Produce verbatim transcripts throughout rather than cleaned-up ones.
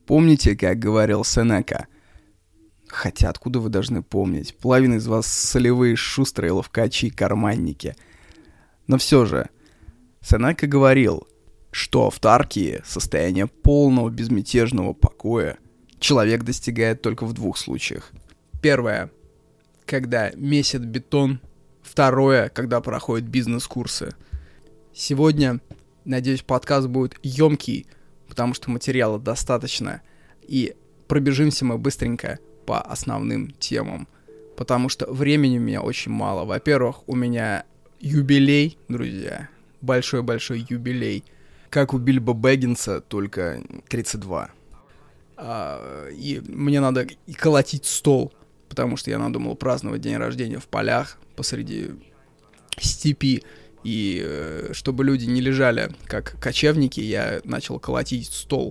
Помните, как говорил Сенека? Хотя откуда вы должны помнить? Половина из вас солевые, шустрые, ловкачи, карманники. Но все же, Сенека говорил, что в Таркии состояние полного безмятежного покоя человек достигает только в двух случаях. Первое, когда месит бетон. Второе, когда проходит бизнес-курсы. Сегодня, надеюсь, подкаст будет емкий, потому что материала достаточно. И пробежимся мы быстренько по основным темам, потому что времени у меня очень мало. Во-первых, у меня юбилей, друзья, большой-большой юбилей, как у Бильбо Бэггинса, только тридцать два. А, и мне надо колотить стол, потому что я надумал праздновать день рождения в полях посреди степи, и э, чтобы люди не лежали как кочевники, я начал колотить стол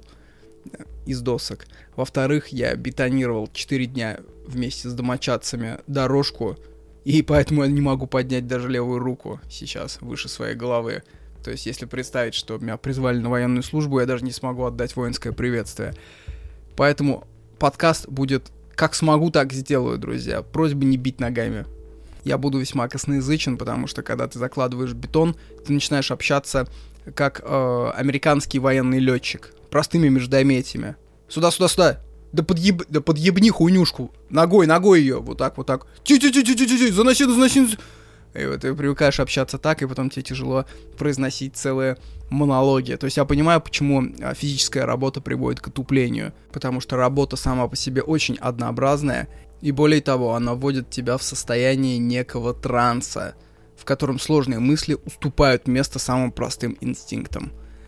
из досок. Во-вторых, я бетонировал четыре дня вместе с домочадцами дорожку, и поэтому я не могу поднять даже левую руку сейчас выше своей головы. То есть, если представить, что меня призвали на военную службу, я даже не смогу отдать воинское приветствие. Поэтому подкаст будет как смогу, так сделаю, друзья. Просьба не бить ногами. Я буду весьма косноязычен, потому что когда ты закладываешь бетон, ты начинаешь общаться как э, американский военный летчик. Простыми междометиями. Сюда, сюда, сюда. Да, подъеб... да подъебни хуйнюшку. Ногой, ногой ее. Вот так, вот так. Ти-ти-ти-ти-ти-ти. Заноси, заноси. И вот ты привыкаешь общаться так, и потом тебе тяжело произносить целые монологи. То есть я понимаю, почему физическая работа приводит к отуплению. Потому что работа сама по себе очень однообразная. И более того, она вводит тебя в состояние некого транса, в котором сложные мысли уступают место самым простым инстинктам.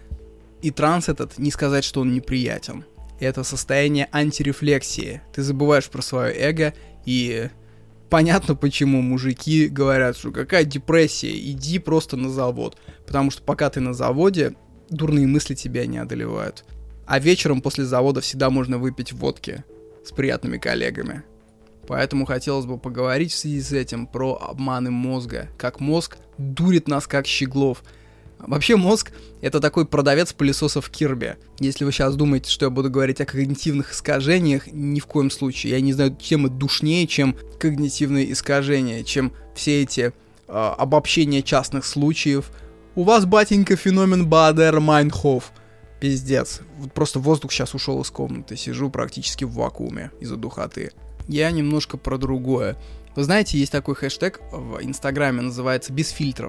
И транс этот, не сказать, что он неприятен. Это состояние антирефлексии. Ты забываешь про свое эго, и понятно, почему мужики говорят, что какая депрессия, иди просто на завод. Потому что пока ты на заводе, дурные мысли тебя не одолевают. А вечером после завода всегда можно выпить водки с приятными коллегами. Поэтому хотелось бы поговорить в связи с этим про обманы мозга. Как мозг дурит нас как щеглов. Вообще мозг — это такой продавец пылесосов Кирби. Если вы сейчас думаете, что я буду говорить о когнитивных искажениях, ни в коем случае. Я не знаю темы душнее, чем когнитивные искажения, чем все эти э, обобщения частных случаев. У вас, батенька, феномен Баадер-Майнхоф. Пиздец. Вот просто воздух сейчас ушел из комнаты. Сижу практически в вакууме из-за духоты. Я немножко про другое. Вы знаете, есть такой хэштег в Инстаграме, называется «Без фильтров».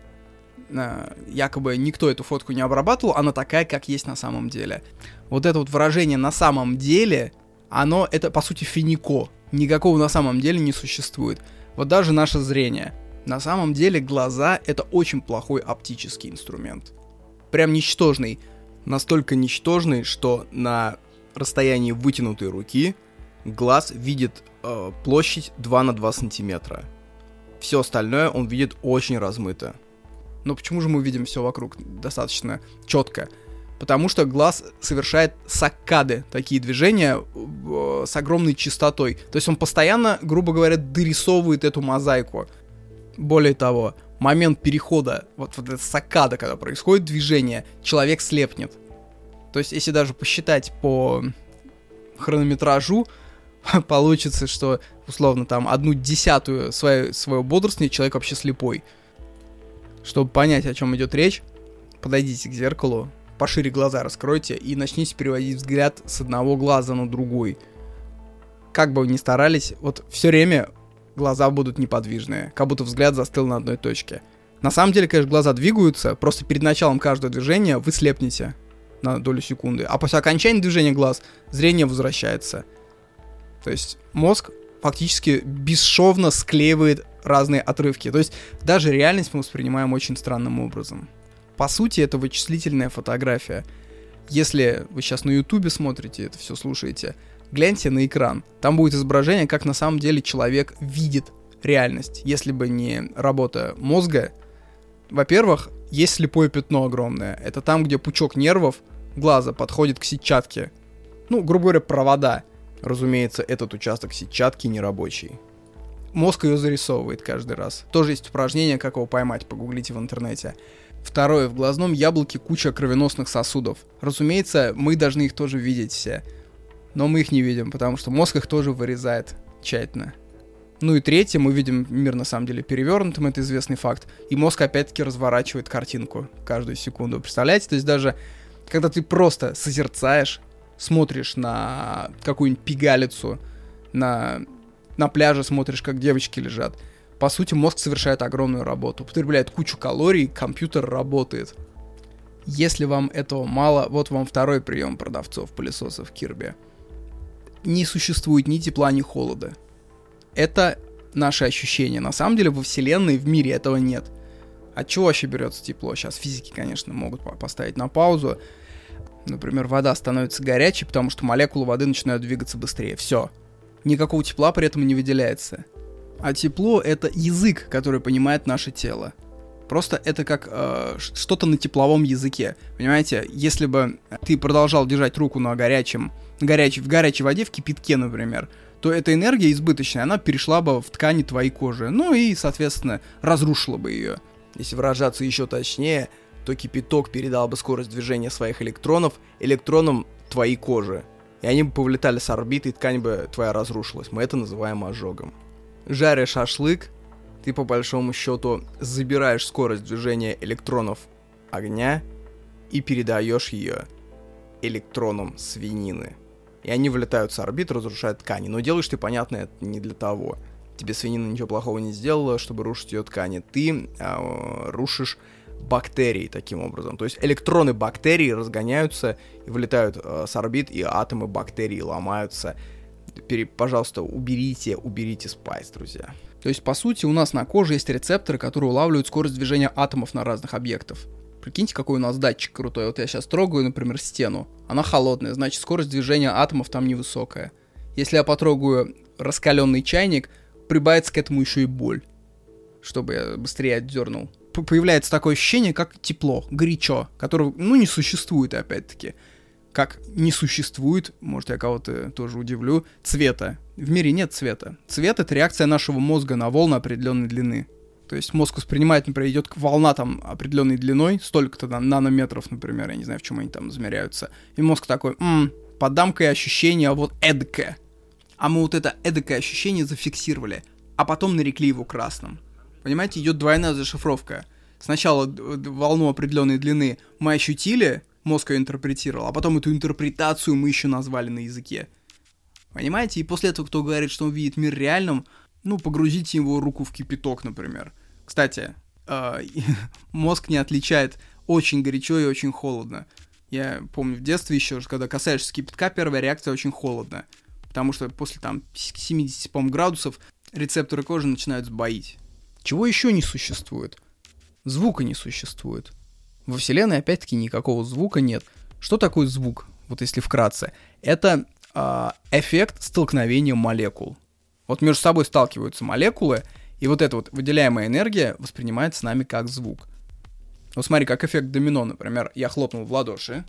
Якобы никто эту фотку не обрабатывал, она такая, как есть на самом деле. Вот это вот выражение «на самом деле», оно, это по сути финико. Никакого на самом деле не существует. Вот даже наше зрение. На самом деле глаза — это очень плохой оптический инструмент. Прям ничтожный. Настолько ничтожный, что на расстоянии вытянутой руки глаз видит э, площадь два на два сантиметра. Все остальное он видит очень размыто. Но почему же мы видим все вокруг достаточно четко? Потому что глаз совершает саккады, такие движения э, с огромной частотой. То есть он постоянно, грубо говоря, дорисовывает эту мозаику. Более того, момент перехода, вот, вот эта саккада, когда происходит движение, человек слепнет. То есть если даже посчитать по хронометражу, получится, что, условно, там, одну десятую своей, своего бодрствования человек вообще слепой. Чтобы понять, о чем идет речь, подойдите к зеркалу, пошире глаза раскройте и начните переводить взгляд с одного глаза на другой. Как бы вы ни старались, вот все время глаза будут неподвижные, как будто взгляд застыл на одной точке. На самом деле, конечно, глаза двигаются, просто перед началом каждого движения вы слепнете на долю секунды, а после окончания движения глаз зрение возвращается. То есть мозг фактически бесшовно склеивает разные отрывки. То есть даже реальность мы воспринимаем очень странным образом. По сути, это вычислительная фотография. Если вы сейчас на Ютубе смотрите, это все слушаете, гляньте на экран. Там будет изображение, как на самом деле человек видит реальность. Если бы не работа мозга, во-первых, есть слепое пятно огромное. Это там, где пучок нервов глаза подходит к сетчатке. Ну, грубо говоря, провода. Разумеется, этот участок сетчатки нерабочий. Мозг ее зарисовывает каждый раз. Тоже есть упражнение, как его поймать, погуглите в интернете. Второе. В глазном яблоке куча кровеносных сосудов. Разумеется, мы должны их тоже видеть все. но мы их не видим, потому что мозг их тоже вырезает тщательно. Ну и третье, мы видим мир на самом деле перевернутым, это известный факт, и мозг опять-таки разворачивает картинку каждую секунду. Представляете? То есть даже когда ты просто созерцаешь, смотришь на какую-нибудь пигалицу, на, на пляже смотришь, как девочки лежат, по сути, мозг совершает огромную работу, потребляет кучу калорий, компьютер работает. Если вам этого мало, вот вам второй прием продавцов пылесосов Kirby. Не существует ни тепла, ни холода. Это наши ощущения. На самом деле во Вселенной, в мире этого нет. От чего вообще берется тепло? Сейчас физики, конечно, могут поставить на паузу. Например, вода становится горячей, потому что молекулы воды начинают двигаться быстрее. Все. Никакого тепла при этом не выделяется. А тепло — это язык, который понимает наше тело. Просто это как э, что-то на тепловом языке. Понимаете, если бы ты продолжал держать руку на горячем, горячей, в горячей воде, в кипятке, например, то эта энергия избыточная, она перешла бы в ткани твоей кожи. Ну и, соответственно, разрушила бы ее. Если выражаться еще точнее, то кипяток передал бы скорость движения своих электронов электронам твоей кожи. И они бы повлетали с орбиты, и ткань бы твоя разрушилась. Мы это называем ожогом. Жаря шашлык, ты по большому счету забираешь скорость движения электронов огня и передаешь ее электронам свинины. И они вылетают с орбит, разрушают ткани. Но делаешь ты, понятно, это не для того. Тебе свинина ничего плохого не сделала, чтобы рушить ее ткани. Ты э, рушишь бактерии таким образом. То есть электроны бактерий разгоняются и вылетают э, с орбит, и атомы бактерий ломаются. Пере, пожалуйста, уберите, уберите спайс, друзья. То есть, по сути, у нас на коже есть рецепторы, которые улавливают скорость движения атомов на разных объектах. Прикиньте, какой у нас датчик крутой. Вот я сейчас трогаю, например, стену. Она холодная, значит, скорость движения атомов там невысокая. Если я потрогаю раскаленный чайник, прибавится к этому еще и боль, чтобы я быстрее отдернул. Появляется такое ощущение, как тепло, горячо, которого, ну, не существует, опять-таки. Как не существует, может, я кого-то тоже удивлю, цвета. В мире нет цвета. Цвет — это реакция нашего мозга на волны определенной длины. То есть мозг воспринимает, например, идет волна там определенной длиной, столько-то там, нанометров, например, я не знаю, в чем они там измеряются. И мозг такой, м-м, подам-ка я ощущение вот эдакое. А мы вот это эдакое ощущение зафиксировали, а потом нарекли его красным. Понимаете, идет двойная зашифровка. Сначала волну определенной длины мы ощутили, мозг ее интерпретировал, а потом эту интерпретацию мы еще назвали на языке. Понимаете? И после этого, кто говорит, что он видит мир реальным, ну, погрузите его руку в кипяток, например. Кстати, э, мозг не отличает очень горячо и очень холодно. Я помню в детстве еще, когда касаешься кипятка, первая реакция очень холодная. Потому что после там семьдесят градусов рецепторы кожи начинают сбоить. Чего еще не существует? Звука не существует. Во Вселенной, опять-таки, никакого звука нет. Что такое звук? Вот если вкратце. Это э, эффект столкновения молекул. Вот между собой сталкиваются молекулы, и вот эта вот выделяемая энергия воспринимается нами как звук. Вот смотри, как эффект домино, например. Я хлопнул в ладоши,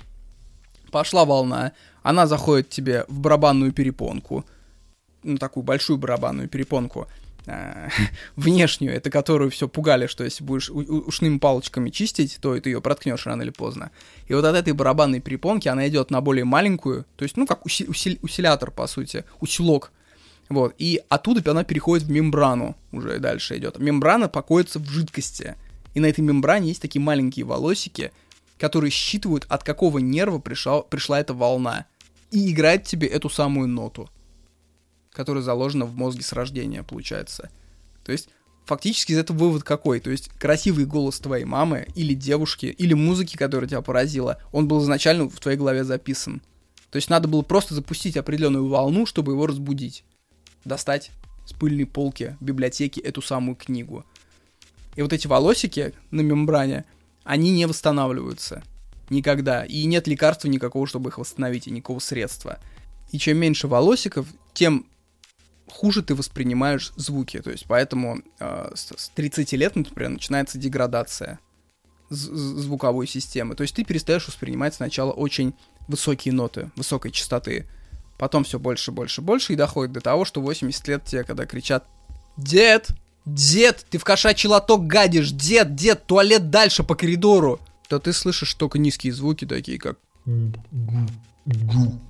пошла волна, она заходит тебе в барабанную перепонку, ну, такую большую барабанную перепонку, э, внешнюю, это которую все пугали, что если будешь у- ушными палочками чистить, то ты ее проткнешь рано или поздно. И вот от этой барабанной перепонки она идет на более маленькую, то есть, ну, как уси- уси- усилятор, по сути, усилок. Вот, и оттуда она переходит в мембрану, уже дальше идет. Мембрана покоится в жидкости, и на этой мембране есть такие маленькие волосики, которые считывают, от какого нерва пришла, пришла эта волна, и играет тебе эту самую ноту, которая заложена в мозге с рождения, получается. То есть, фактически из этого вывод какой? То есть, красивый голос твоей мамы, или девушки, или музыки, которая тебя поразила, он был изначально в твоей голове записан. То есть, надо было просто запустить определенную волну, чтобы его разбудить. Достать с пыльной полки в библиотеке эту самую книгу. И вот эти волосики на мембране, они не восстанавливаются никогда. И нет лекарства никакого, чтобы их восстановить, и никакого средства. И чем меньше волосиков, тем хуже ты воспринимаешь звуки. То есть поэтому э, с тридцати лет, например, начинается деградация звуковой системы. То есть ты перестаешь воспринимать сначала очень высокие ноты, высокой частоты. Потом все больше, больше, больше, и доходит до того, что восемьдесят лет тебе, когда кричат: «Дед! Дед! Ты в кошачий лоток гадишь! Дед! Дед! Туалет дальше по коридору!» То ты слышишь только низкие звуки, такие как...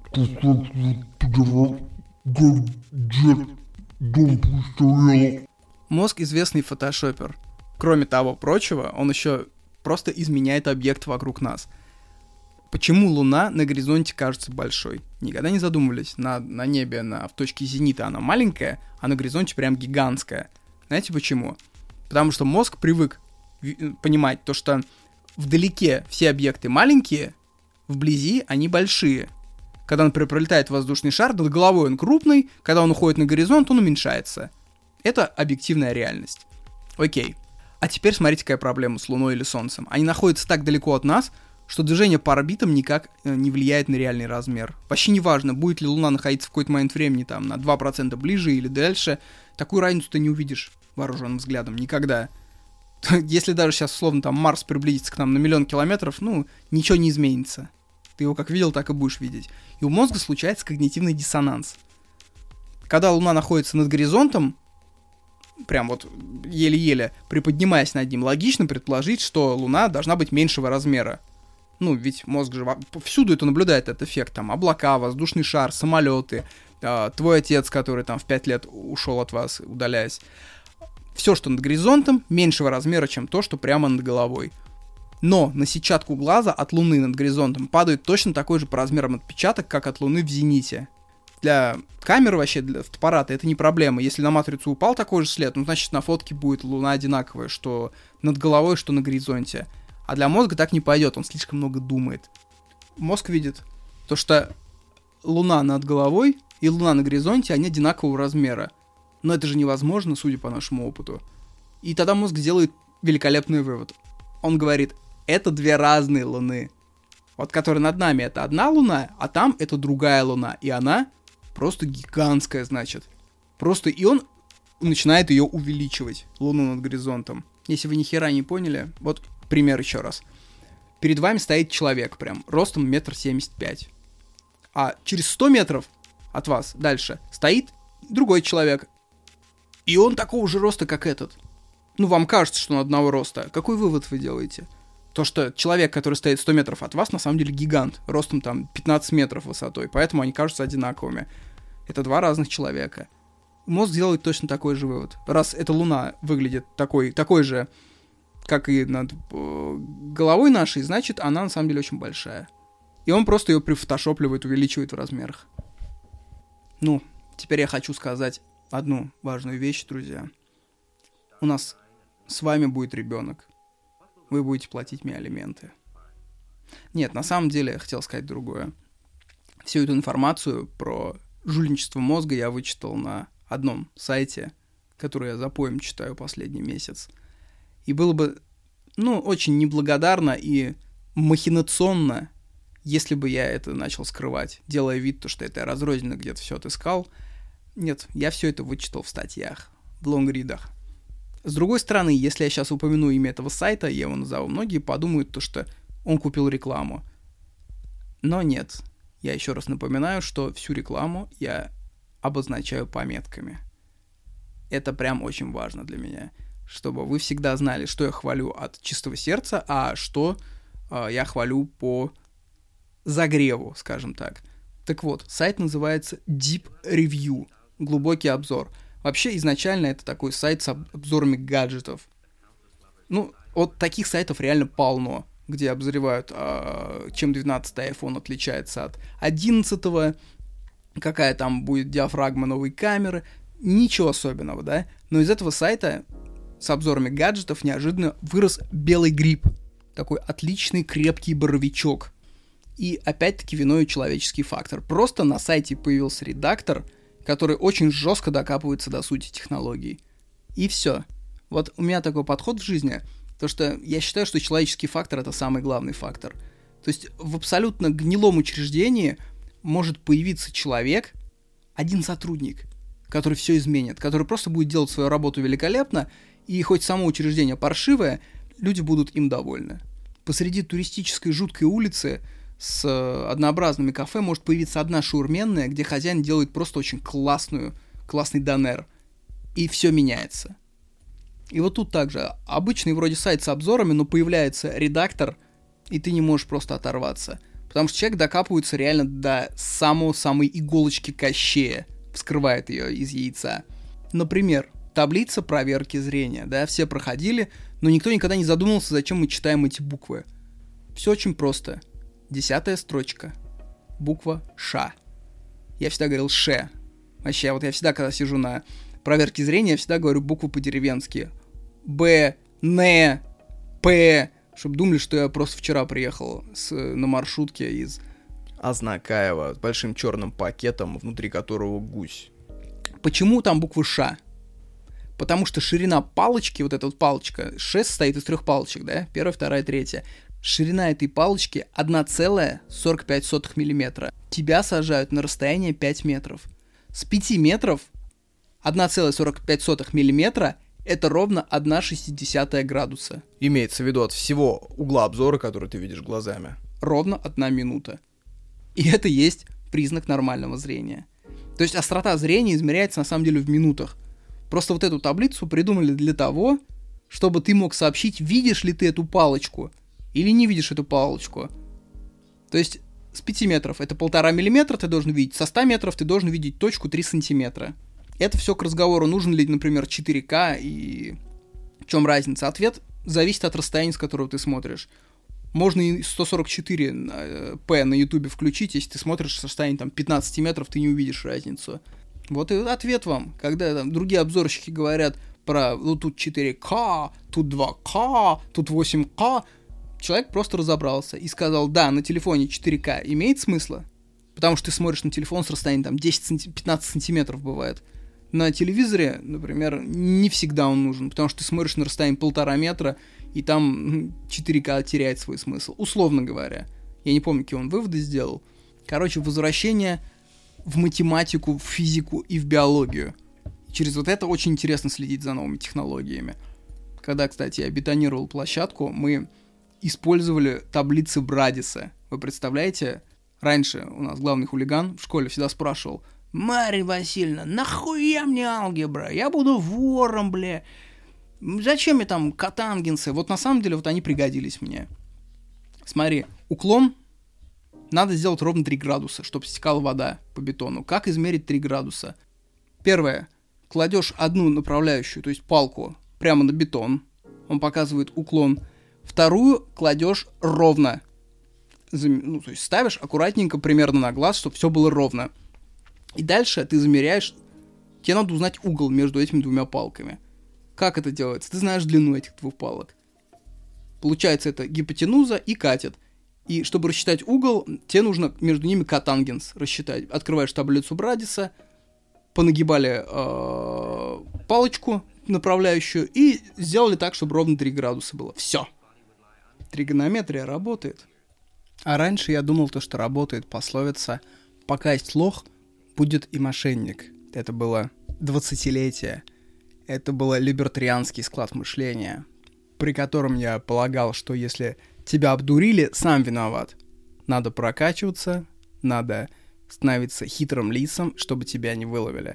Мозг известный фотошопер. Кроме того прочего, он еще просто изменяет объект вокруг нас. Почему Луна на горизонте кажется большой? Никогда не задумывались? На, на небе, на, в точке зенита она маленькая, а на горизонте прям гигантская. Знаете почему? Потому что мозг привык в- понимать то, что вдалеке все объекты маленькие, вблизи они большие. Когда, например, пролетает воздушный шар, над головой он крупный, когда он уходит на горизонт, он уменьшается. Это объективная реальность. Окей. А теперь смотрите, какая проблема с Луной или Солнцем. Они находятся так далеко от нас, что движение по орбитам никак не влияет на реальный размер. Вообще не важно, будет ли Луна находиться в какой-то момент времени там на два процента ближе или дальше. Такую разницу ты не увидишь вооруженным взглядом никогда. Если даже сейчас, условно, там Марс приблизится к нам на миллион километров, ну, ничего не изменится. Ты его как видел, так и будешь видеть. И у мозга случается когнитивный диссонанс. Когда Луна находится над горизонтом, прям вот еле-еле приподнимаясь над ним, логично предположить, что Луна должна быть меньшего размера. Ну, ведь мозг же всюду это наблюдает, этот эффект. Там облака, воздушный шар, самолеты, э, твой отец, который там в пять лет ушел от вас, удаляясь. Все, что над горизонтом, меньшего размера, чем то, что прямо над головой. Но на сетчатку глаза от Луны над горизонтом падает точно такой же по размерам отпечаток, как от Луны в зените. Для камеры вообще, для фотоаппарата это не проблема. Если на матрицу упал такой же след, ну, значит, на фотке будет Луна одинаковая, что над головой, что на горизонте. А для мозга так не пойдет, он слишком много думает. Мозг видит то, что Луна над головой и Луна на горизонте, они одинакового размера. Но это же невозможно, судя по нашему опыту. И тогда мозг делает великолепный вывод. Он говорит, это две разные Луны. Вот которая над нами это одна Луна, а там это другая Луна. И она просто гигантская, значит. Просто и он начинает ее увеличивать, Луну над горизонтом. Если вы ни хера не поняли, вот пример еще раз. Перед вами стоит человек прям, ростом метр семьдесят пять. А через сто метров от вас дальше стоит другой человек. И он такого же роста, как этот. Ну, вам кажется, что он одного роста. Какой вывод вы делаете? То, что человек, который стоит сто метров от вас, на самом деле гигант. Ростом там пятнадцать метров высотой. Поэтому они кажутся одинаковыми. Это два разных человека. Мозг делает точно такой же вывод. Раз эта Луна выглядит такой, такой же, как и над э, головой нашей, значит, она на самом деле очень большая. И он просто ее прифотошопливает, увеличивает в размерах. Ну, теперь я хочу сказать одну важную вещь, друзья. У нас с вами будет ребенок. Вы будете платить мне алименты. Нет, на самом деле я хотел сказать другое. Всю эту информацию про жульничество мозга я вычитал на одном сайте, который я за поем читаю последний месяц. И было бы, ну, очень неблагодарно и махинационно, если бы я это начал скрывать, делая вид, то, что это я разрозненно где-то все отыскал. Нет, я все это вычитал в статьях, в лонгридах. С другой стороны, если я сейчас упомяну имя этого сайта, я его назову, многие подумают, то, что он купил рекламу. Но нет. Я еще раз напоминаю, что всю рекламу я обозначаю пометками. Это прям очень важно для меня. Чтобы вы всегда знали, что я хвалю от чистого сердца, а что э, я хвалю по загреву, скажем так. Так вот, сайт называется Deep Review. Глубокий обзор. Вообще, изначально это такой сайт с обзорами гаджетов. Ну, вот таких сайтов реально полно, где обозревают, э, чем двенадцатый iPhone отличается от одиннадцатого, какая там будет диафрагма новой камеры. Ничего особенного, да? Но из этого сайта с обзорами гаджетов неожиданно вырос белый гриб. Такой отличный крепкий боровичок. И опять-таки виною человеческий фактор. Просто на сайте появился редактор, который очень жестко докапывается до сути технологий. И все. Вот у меня такой подход в жизни, то что я считаю, что человеческий фактор — это самый главный фактор. То есть в абсолютно гнилом учреждении может появиться человек, один сотрудник, который все изменит, который просто будет делать свою работу великолепно, и хоть само учреждение паршивое, люди будут им довольны. Посреди туристической жуткой улицы с однообразными кафе может появиться одна шаурменная, где хозяин делает просто очень классную, классный донер. И все меняется. И вот тут также обычный вроде сайт с обзорами, но появляется редактор, и ты не можешь просто оторваться. Потому что человек докапывается реально до самой-самой иголочки Кощея, вскрывает ее из яйца. Например, таблица проверки зрения, да, все проходили, но никто никогда не задумывался, зачем мы читаем эти буквы. Все очень просто. Десятая строчка. Буква Ш. Я всегда говорил Ш. Вообще, вот я всегда, когда сижу на проверке зрения, я всегда говорю буквы по-деревенски. Б, Н, П, чтобы думали, что я просто вчера приехал с, на маршрутке из... Азнакаева с большим черным пакетом, внутри которого гусь. Почему там буква Ш? Потому что ширина палочки, вот эта вот палочка, Ш состоит из трех палочек, да? Первая, вторая, третья. Ширина этой палочки одна целая сорок пять сотых миллиметра. Тебя сажают на расстояние пять метров. С пяти метров одна целая сорок пять сотых миллиметра это ровно одна целая шесть десятых градуса. Имеется в виду от всего угла обзора, который ты видишь глазами. Ровно одна минута. И это есть признак нормального зрения. То есть острота зрения измеряется на самом деле в минутах. Просто вот эту таблицу придумали для того, чтобы ты мог сообщить, видишь ли ты эту палочку или не видишь эту палочку. То есть с пяти метров это полтора миллиметра ты должен видеть, со ста метров ты должен видеть точку три сантиметра. Это все к разговору, нужен ли, например, четыре ка и в чем разница. Ответ зависит от расстояния, с которого ты смотришь. Можно и сто сорок четыре пэ на ютубе включить, если ты смотришь с расстояния там, пятнадцать метров, ты не увидишь разницу. Вот и ответ вам. Когда там, другие обзорщики говорят про ну, тут четыре ка, тут два ка, тут восемь ка, человек просто разобрался и сказал, да, на телефоне четыре ка имеет смысла, потому что ты смотришь на телефон с расстояния там десять-пятнадцать сантиметров бывает. На телевизоре, например, не всегда он нужен, потому что ты смотришь на расстоянии полтора метра, и там четыре ка теряет свой смысл, условно говоря. Я не помню, какие он выводы сделал. Короче, возвращение в математику, в физику и в биологию. Через вот это очень интересно следить за новыми технологиями. Когда, кстати, я бетонировал площадку, мы использовали таблицы Брадиса. Вы представляете? Раньше у нас главный хулиган в школе всегда спрашивал: «Марья Васильевна, нахуя мне алгебра? Я буду вором, бля. Зачем мне там котангенсы?» Вот на самом деле вот они пригодились мне. Смотри, уклон надо сделать ровно три градуса, чтобы стекала вода по бетону. Как измерить три градуса? Первое. Кладешь одну направляющую, то есть палку, прямо на бетон. Он показывает уклон. Вторую кладешь ровно. Ну, то есть ставишь аккуратненько, примерно на глаз, чтобы все было ровно. И дальше ты замеряешь. Тебе надо узнать угол между этими двумя палками. Как это делается? Ты знаешь длину этих двух палок. Получается, это гипотенуза и катет. И чтобы рассчитать угол, тебе нужно между ними котангенс рассчитать. Открываешь таблицу Брадиса, понагибали э, палочку направляющую и сделали так, чтобы ровно три градуса было. Все. Тригонометрия работает. А раньше я думал, то, что работает пословица «пока есть лох, будет и мошенник». Это было двадцатилетие. Это был либертарианский склад мышления, при котором я полагал, что если тебя обдурили, сам виноват. Надо прокачиваться, надо становиться хитрым лисом, чтобы тебя не выловили.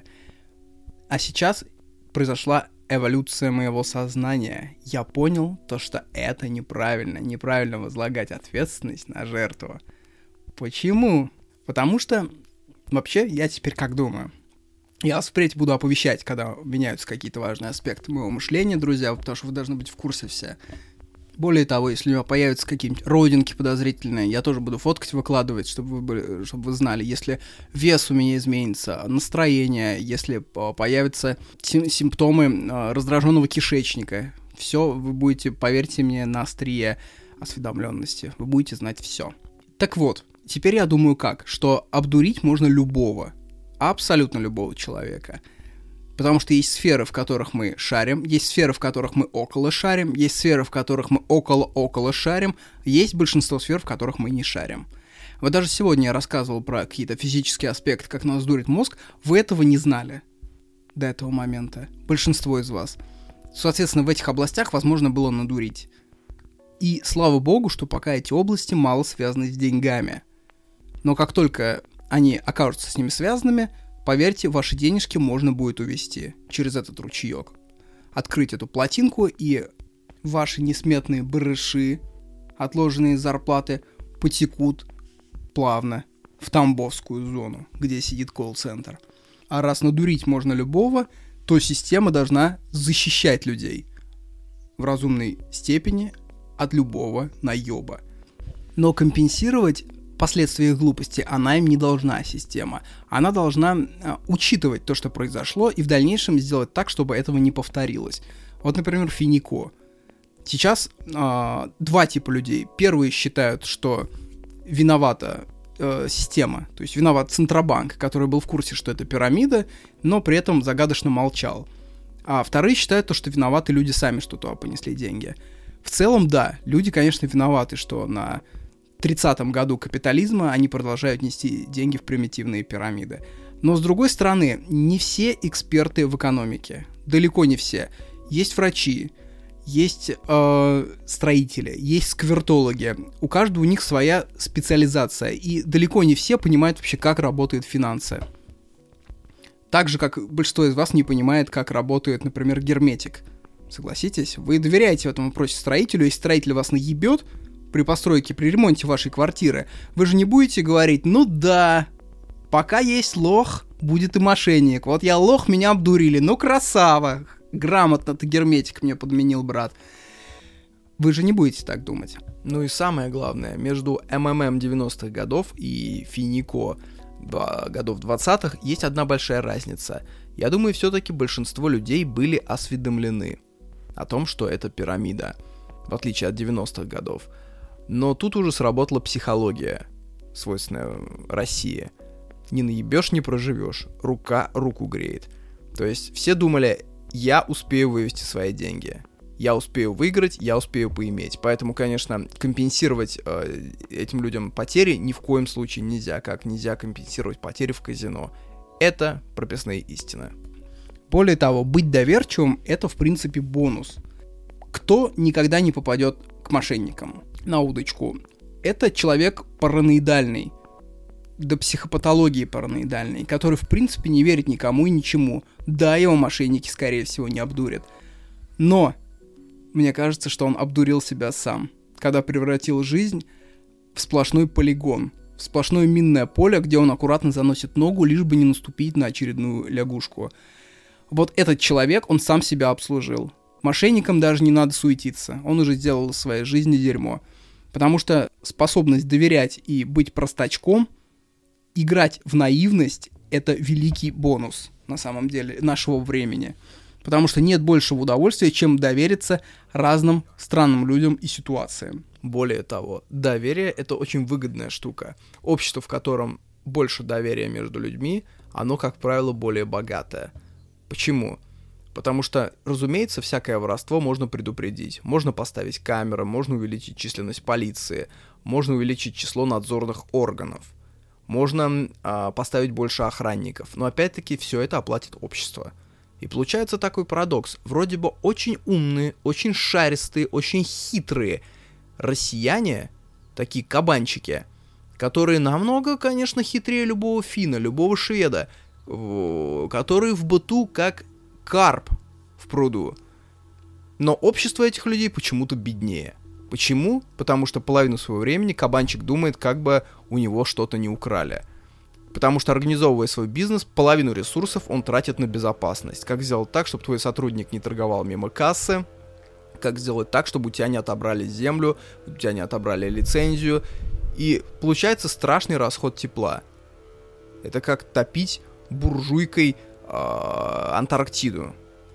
А сейчас произошла эволюция моего сознания. Я понял то, что это неправильно. Неправильно возлагать ответственность на жертву. Почему? Потому что, вообще, я теперь как думаю. Я вас впредь буду оповещать, когда меняются какие-то важные аспекты моего мышления, друзья, потому что вы должны быть в курсе все. Более того, если у меня появятся какие-нибудь родинки подозрительные, я тоже буду фоткать, выкладывать, чтобы вы, были, чтобы вы знали. Если вес у меня изменится, настроение, если появятся сим- симптомы раздраженного кишечника, все, вы будете, поверьте мне, на острие осведомленности. Вы будете знать все. Так вот, теперь я думаю как, что обдурить можно любого, абсолютно любого человека. Потому что есть сферы, в которых мы шарим, есть сферы, в которых мы около шарим, есть сферы, в которых мы около-около шарим, есть большинство сфер, в которых мы не шарим. Вот даже сегодня я рассказывал про какие-то физические аспекты, как нас дурит мозг, вы этого не знали до этого момента, большинство из вас. Соответственно, в этих областях возможно было надурить. И слава богу, что пока эти области мало связаны с деньгами. Но как только они окажутся с ними связанными, поверьте, ваши денежки можно будет увести через этот ручеек. Открыть эту плотинку, и ваши несметные барыши, отложенные из зарплаты, потекут плавно в Тамбовскую зону, где сидит колл-центр. А раз надурить можно любого, то система должна защищать людей в разумной степени от любого наеба. Но компенсировать последствия их глупости она им не должна, система. Она должна а, учитывать то, что произошло, и в дальнейшем сделать так, чтобы этого не повторилось. Вот, например, Финико. Сейчас а, два типа людей. Первые считают, что виновата э, система, то есть виноват Центробанк, который был в курсе, что это пирамида, но при этом загадочно молчал. А вторые считают то, что виноваты люди сами, что туда понесли деньги. В целом, да, люди, конечно, виноваты, что на тридцатом году капитализма они продолжают нести деньги в примитивные пирамиды. Но, с другой стороны, не все эксперты в экономике, далеко не все. Есть врачи, есть э, строители, есть сквертологи. У каждого у них своя специализация, и далеко не все понимают вообще, как работают финансы. Так же, как большинство из вас не понимает, как работает, например, герметик. Согласитесь? Вы доверяете в этом вопросе строителю, если строитель вас наебет при постройке, при ремонте вашей квартиры, вы же не будете говорить: ну да, пока есть лох, будет и мошенник. Вот я лох, меня обдурили, ну красава, грамотно ты герметик мне подменил, брат. Вы же не будете так думать. Ну и самое главное, между эм эм эм девяностых годов и Финико годов двадцатых есть одна большая разница. Я думаю, все-таки большинство людей были осведомлены о том, что это пирамида, в отличие от девяностых годов. Но тут уже сработала психология, свойственная России. Не наебешь, не проживешь. Рука руку греет. То есть все думали: я успею вывести свои деньги. Я успею выиграть, я успею поиметь. Поэтому, конечно, компенсировать э, этим людям потери ни в коем случае нельзя, как нельзя компенсировать потери в казино. Это прописные истины. Более того, быть доверчивым — это, в принципе, бонус. Кто никогда не попадет к мошенникам на удочку? Это человек параноидальный, до психопатологии параноидальной, который, в принципе, не верит никому и ничему. Да, его мошенники, скорее всего, не обдурят. Но мне кажется, что он обдурил себя сам, когда превратил жизнь в сплошной полигон, в сплошное минное поле, где он аккуратно заносит ногу, лишь бы не наступить на очередную лягушку. Вот этот человек, он сам себя обслужил. Мошенникам даже не надо суетиться, он уже сделал в своей жизни дерьмо. Потому что способность доверять и быть простачком, играть в наивность — это великий бонус, на самом деле, нашего времени. Потому что нет большего удовольствия, чем довериться разным странным людям и ситуациям. Более того, доверие — это очень выгодная штука. Общество, в котором больше доверия между людьми, оно, как правило, более богатое. Почему? Потому что, разумеется, всякое воровство можно предупредить. Можно поставить камеры, можно увеличить численность полиции, можно увеличить число надзорных органов, можно а, поставить больше охранников. Но опять-таки все это оплатит общество. И получается такой парадокс. Вроде бы очень умные, очень шаристые, очень хитрые россияне, такие кабанчики, которые намного, конечно, хитрее любого финна, любого шведа, которые в быту как карп в пруду. Но общество этих людей почему-то беднее. Почему? Потому что половину своего времени кабанчик думает, как бы у него что-то не украли. Потому что, организовывая свой бизнес, половину ресурсов он тратит на безопасность. Как сделать так, чтобы твой сотрудник не торговал мимо кассы? Как сделать так, чтобы у тебя не отобрали землю, у тебя не отобрали лицензию? И получается страшный расход тепла. Это как топить буржуйкой э, Антарктиду.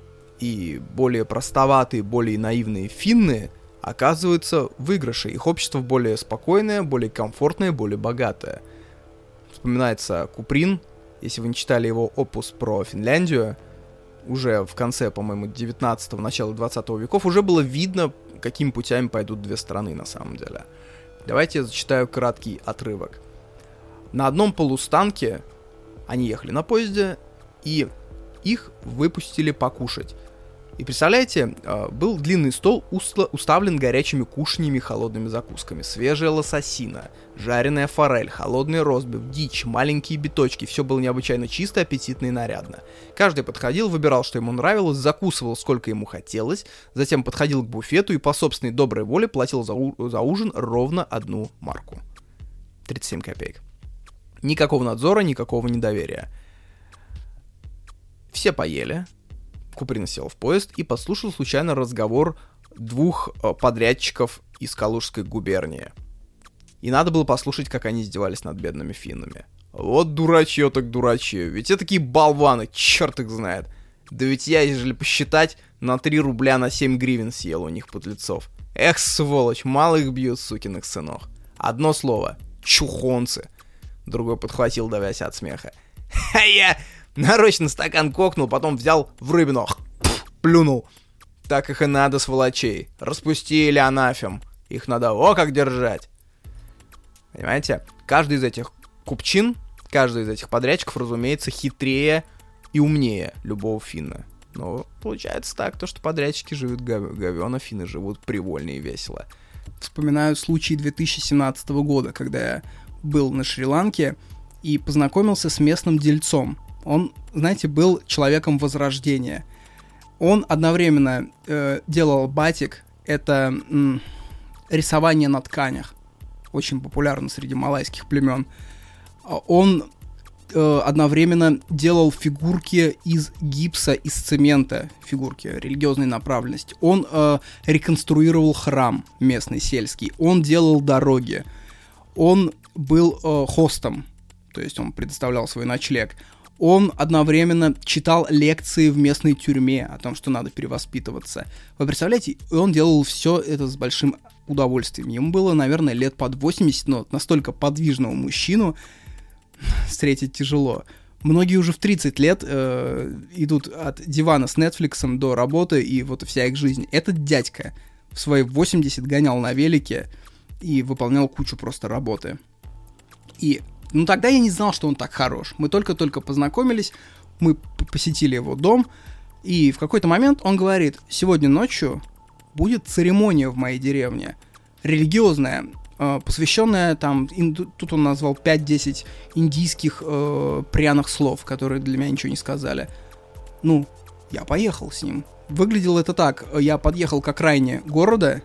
И более простоватые, более наивные финны оказываются в выигрыше. Их общество более спокойное, более комфортное, более богатое. Вспоминается Куприн, если вы не читали его опус про Финляндию, уже в конце, по-моему, девятнадцатого, начала двадцатого веков уже было видно, какими путями пойдут две страны на самом деле. Давайте я зачитаю краткий отрывок. На одном полустанке они ехали на поезде, и их выпустили покушать. И представляете, был длинный стол, уставлен горячими кушаньями и холодными закусками. Свежая лососина, жареная форель, холодный ростбиф, дичь, маленькие биточки. Все было необычайно чисто, аппетитно и нарядно. Каждый подходил, выбирал, что ему нравилось, закусывал, сколько ему хотелось, затем подходил к буфету и по собственной доброй воле платил за, у- за ужин ровно одну марку. тридцать семь копеек. Никакого надзора, никакого недоверия. Все поели. Куприна сел в поезд и послушал случайно разговор двух подрядчиков из Калужской губернии. И надо было послушать, как они издевались над бедными финнами. Вот дурачье так дурачье. Ведь это такие болваны, черт их знает. Да ведь я, ежели посчитать, на три рубля на семь гривен съел у них подлецов. Эх, сволочь, мало их бьют, сукиных сынов. Одно слово — чухонцы. Другой подхватил, давясь от смеха. А я нарочно стакан кокнул, потом взял в рыбину, плюнул. Так их и надо, сволочей. Распустили анафем. Их надо о как держать. Понимаете? Каждый из этих купчин, каждый из этих подрядчиков, разумеется, хитрее и умнее любого финна. Но получается так, то, что подрядчики живут гов... говёно, финны живут привольно и весело. Вспоминаю случай две тысячи семнадцатого года, когда я был на Шри-Ланке и познакомился с местным дельцом. Он, знаете, был человеком Возрождения. Он одновременно э, делал батик, это м, рисование на тканях, очень популярно среди малайских племен. Он э, одновременно делал фигурки из гипса, из цемента, фигурки религиозной направленности. Он э, реконструировал храм местный, сельский. Он делал дороги. Он был э, хостом, то есть он предоставлял свой ночлег. Он одновременно читал лекции в местной тюрьме о том, что надо перевоспитываться. Вы представляете, он делал все это с большим удовольствием. Ему было, наверное, лет под восемьдесят, но настолько подвижного мужчину встретить тяжело. Многие уже в тридцать лет э, идут от дивана с Netflix до работы, и вот вся их жизнь. Этот дядька в свои восемьдесят гонял на велике и выполнял кучу просто работы. И ну, тогда я не знал, что он так хорош. Мы только-только познакомились, мы посетили его дом, и в какой-то момент он говорит: сегодня ночью будет церемония в моей деревне, религиозная, э, посвященная там, ин, тут он назвал пять-десять индийских э, пряных слов, которые для меня ничего не сказали. Ну, я поехал с ним. Выглядело это так: я подъехал к окраине города,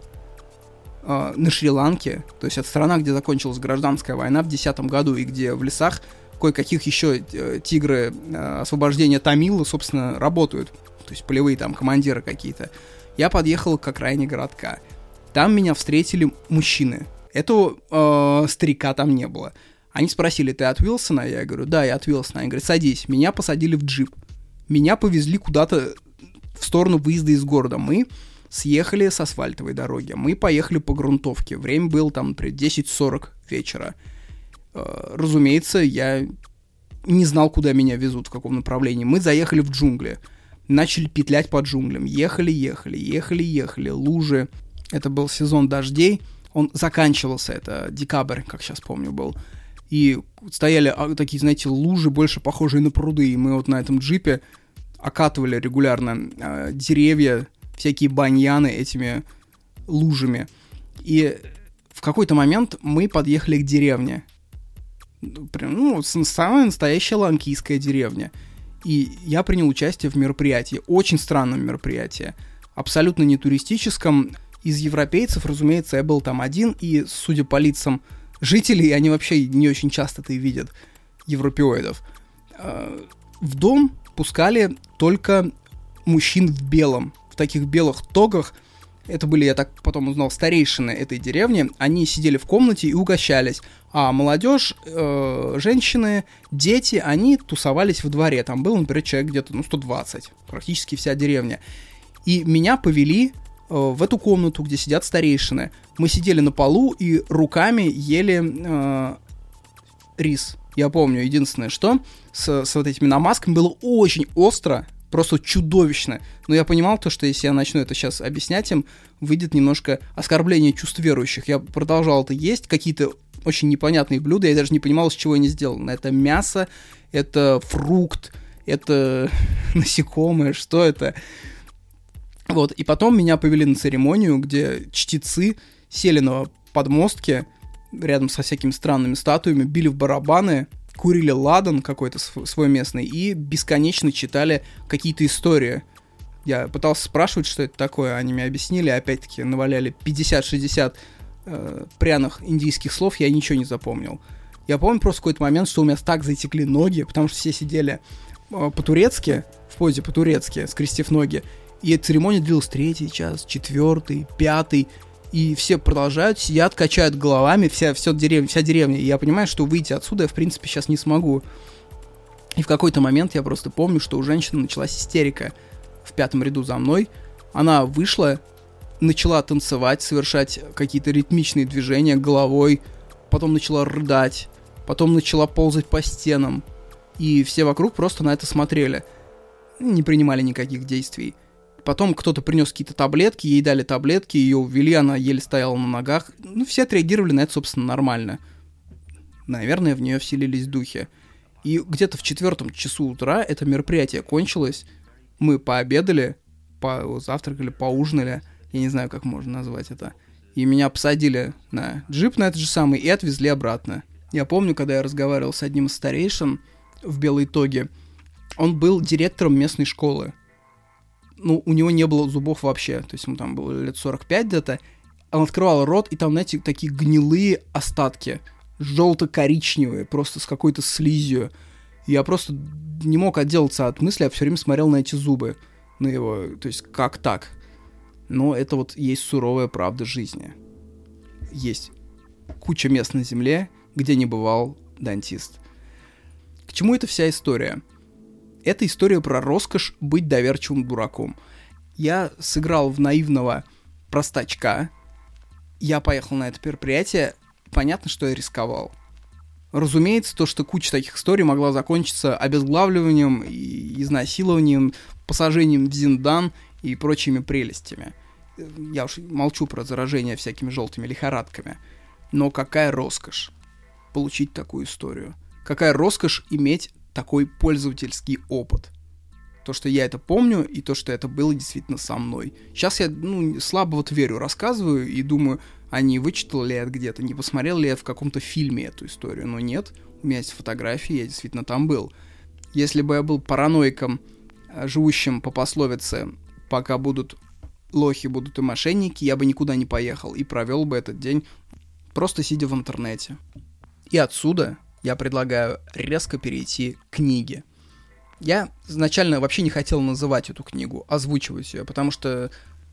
на Шри-Ланке, то есть это страна, где закончилась гражданская война в десятом году, и где в лесах кое-каких еще э, тигры э, освобождения Тамила, собственно, работают, то есть полевые там командиры какие-то. Я подъехал к окраине городка. Там меня встретили мужчины. Этого э, старика там не было. Они спросили: ты от Уилсона? Я говорю: да, я от Уилсона. Они говорят: садись. Меня посадили в джип. Меня повезли куда-то в сторону выезда из города. Мы съехали с асфальтовой дороги. Мы поехали по грунтовке. Время было там, например, десять сорок вечера. Э, разумеется, я не знал, куда меня везут, в каком направлении. Мы заехали в джунгли. Начали петлять по джунглям. Ехали, ехали, ехали, ехали. Лужи. Это был сезон дождей. Он заканчивался. Это декабрь, как сейчас помню, был. И стояли такие, знаете, лужи, больше похожие на пруды. И мы вот на этом джипе окатывали регулярно э, деревья, всякие баньяны этими лужами. И в какой-то момент мы подъехали к деревне. Ну, самая настоящая ланкийская деревня. И я принял участие в мероприятии. Очень странном мероприятии. Абсолютно не туристическом. Из европейцев, разумеется, я был там один. И, судя по лицам жителей, они вообще не очень часто это и видят, европеоидов. В дом пускали только мужчин в белом. В таких белых тогах. Это были, я так потом узнал, старейшины этой деревни. Они сидели в комнате и угощались. А молодежь, э, женщины, дети, они тусовались во дворе. Там был, например, человек где-то, ну, сто двадцать. Практически вся деревня. И меня повели э, в эту комнату, где сидят старейшины. Мы сидели на полу и руками ели э, рис. Я помню, единственное, что с, с вот этими намазками было очень остро. Просто чудовищно. Но я понимал то, что если я начну это сейчас объяснять им, выйдет немножко оскорбление чувств верующих. Я продолжал это есть, какие-то очень непонятные блюда, я даже не понимал, из чего они сделаны. Это мясо, это фрукт, это насекомое, что это? Вот, и потом меня повели на церемонию, где чтецы сели на подмостке рядом со всякими странными статуями, били в барабаны, курили ладан какой-то свой местный и бесконечно читали какие-то истории. Я пытался спрашивать, что это такое, они мне объяснили, опять-таки наваляли пятьдесят-шестьдесят э, пряных индийских слов я ничего не запомнил. Я помню просто в какой-то момент, что у меня так затекли ноги, потому что все сидели э, по-турецки, в позе по-турецки, скрестив ноги. И эта церемония длилась третий час, четвертый, пятый. И все продолжают, сидят, качают головами, вся, вся, деревня, вся деревня. И я понимаю, что выйти отсюда я, в принципе, сейчас не смогу. И в какой-то момент я просто помню, что у женщины началась истерика в пятом ряду за мной. Она вышла, начала танцевать, совершать какие-то ритмичные движения головой, потом начала рыдать, потом начала ползать по стенам. И все вокруг просто на это смотрели. Не принимали никаких действий. Потом кто-то принес какие-то таблетки, ей дали таблетки, ее увели, она еле стояла на ногах. Ну, все отреагировали на это, собственно, нормально. Наверное, в нее вселились духи. И где-то в четвертом часу утра это мероприятие кончилось. Мы пообедали, позавтракали, поужинали. Я не знаю, как можно назвать это. И меня посадили на джип на этот же самый и отвезли обратно. Я помню, когда я разговаривал с одним из старейшин в Белой Тоге, он был директором местной школы. Ну, у него не было зубов вообще. То есть ему там было лет сорок пять где-то. Он открывал рот, и там, знаете, такие гнилые остатки. Желто-коричневые, просто с какой-то слизью. Я просто не мог отделаться от мысли, я все время смотрел на эти зубы. На его... То есть, как так? Но это вот есть суровая правда жизни. Есть куча мест на земле, где не бывал дантист. К чему эта вся история? Это история про роскошь быть доверчивым дураком. Я сыграл в наивного простачка. Я поехал на это мероприятие. Понятно, что я рисковал. Разумеется, то, что куча таких историй могла закончиться обезглавливанием, и изнасилованием, посажением в зиндан и прочими прелестями. Я уж молчу про заражение всякими желтыми лихорадками. Но какая роскошь получить такую историю. Какая роскошь иметь такой пользовательский опыт. То, что я это помню, и то, что это было действительно со мной. Сейчас я, ну, слабо вот верю, рассказываю, и думаю, а не вычитал ли я это где-то, не посмотрел ли я в каком-то фильме эту историю. Но нет, у меня есть фотографии, я действительно там был. Если бы я был параноиком, живущим по пословице «пока будут лохи, будут и мошенники», я бы никуда не поехал и провел бы этот день, просто сидя в интернете. И отсюда я предлагаю резко перейти к книге. Я изначально вообще не хотел называть эту книгу, озвучивать ее, потому что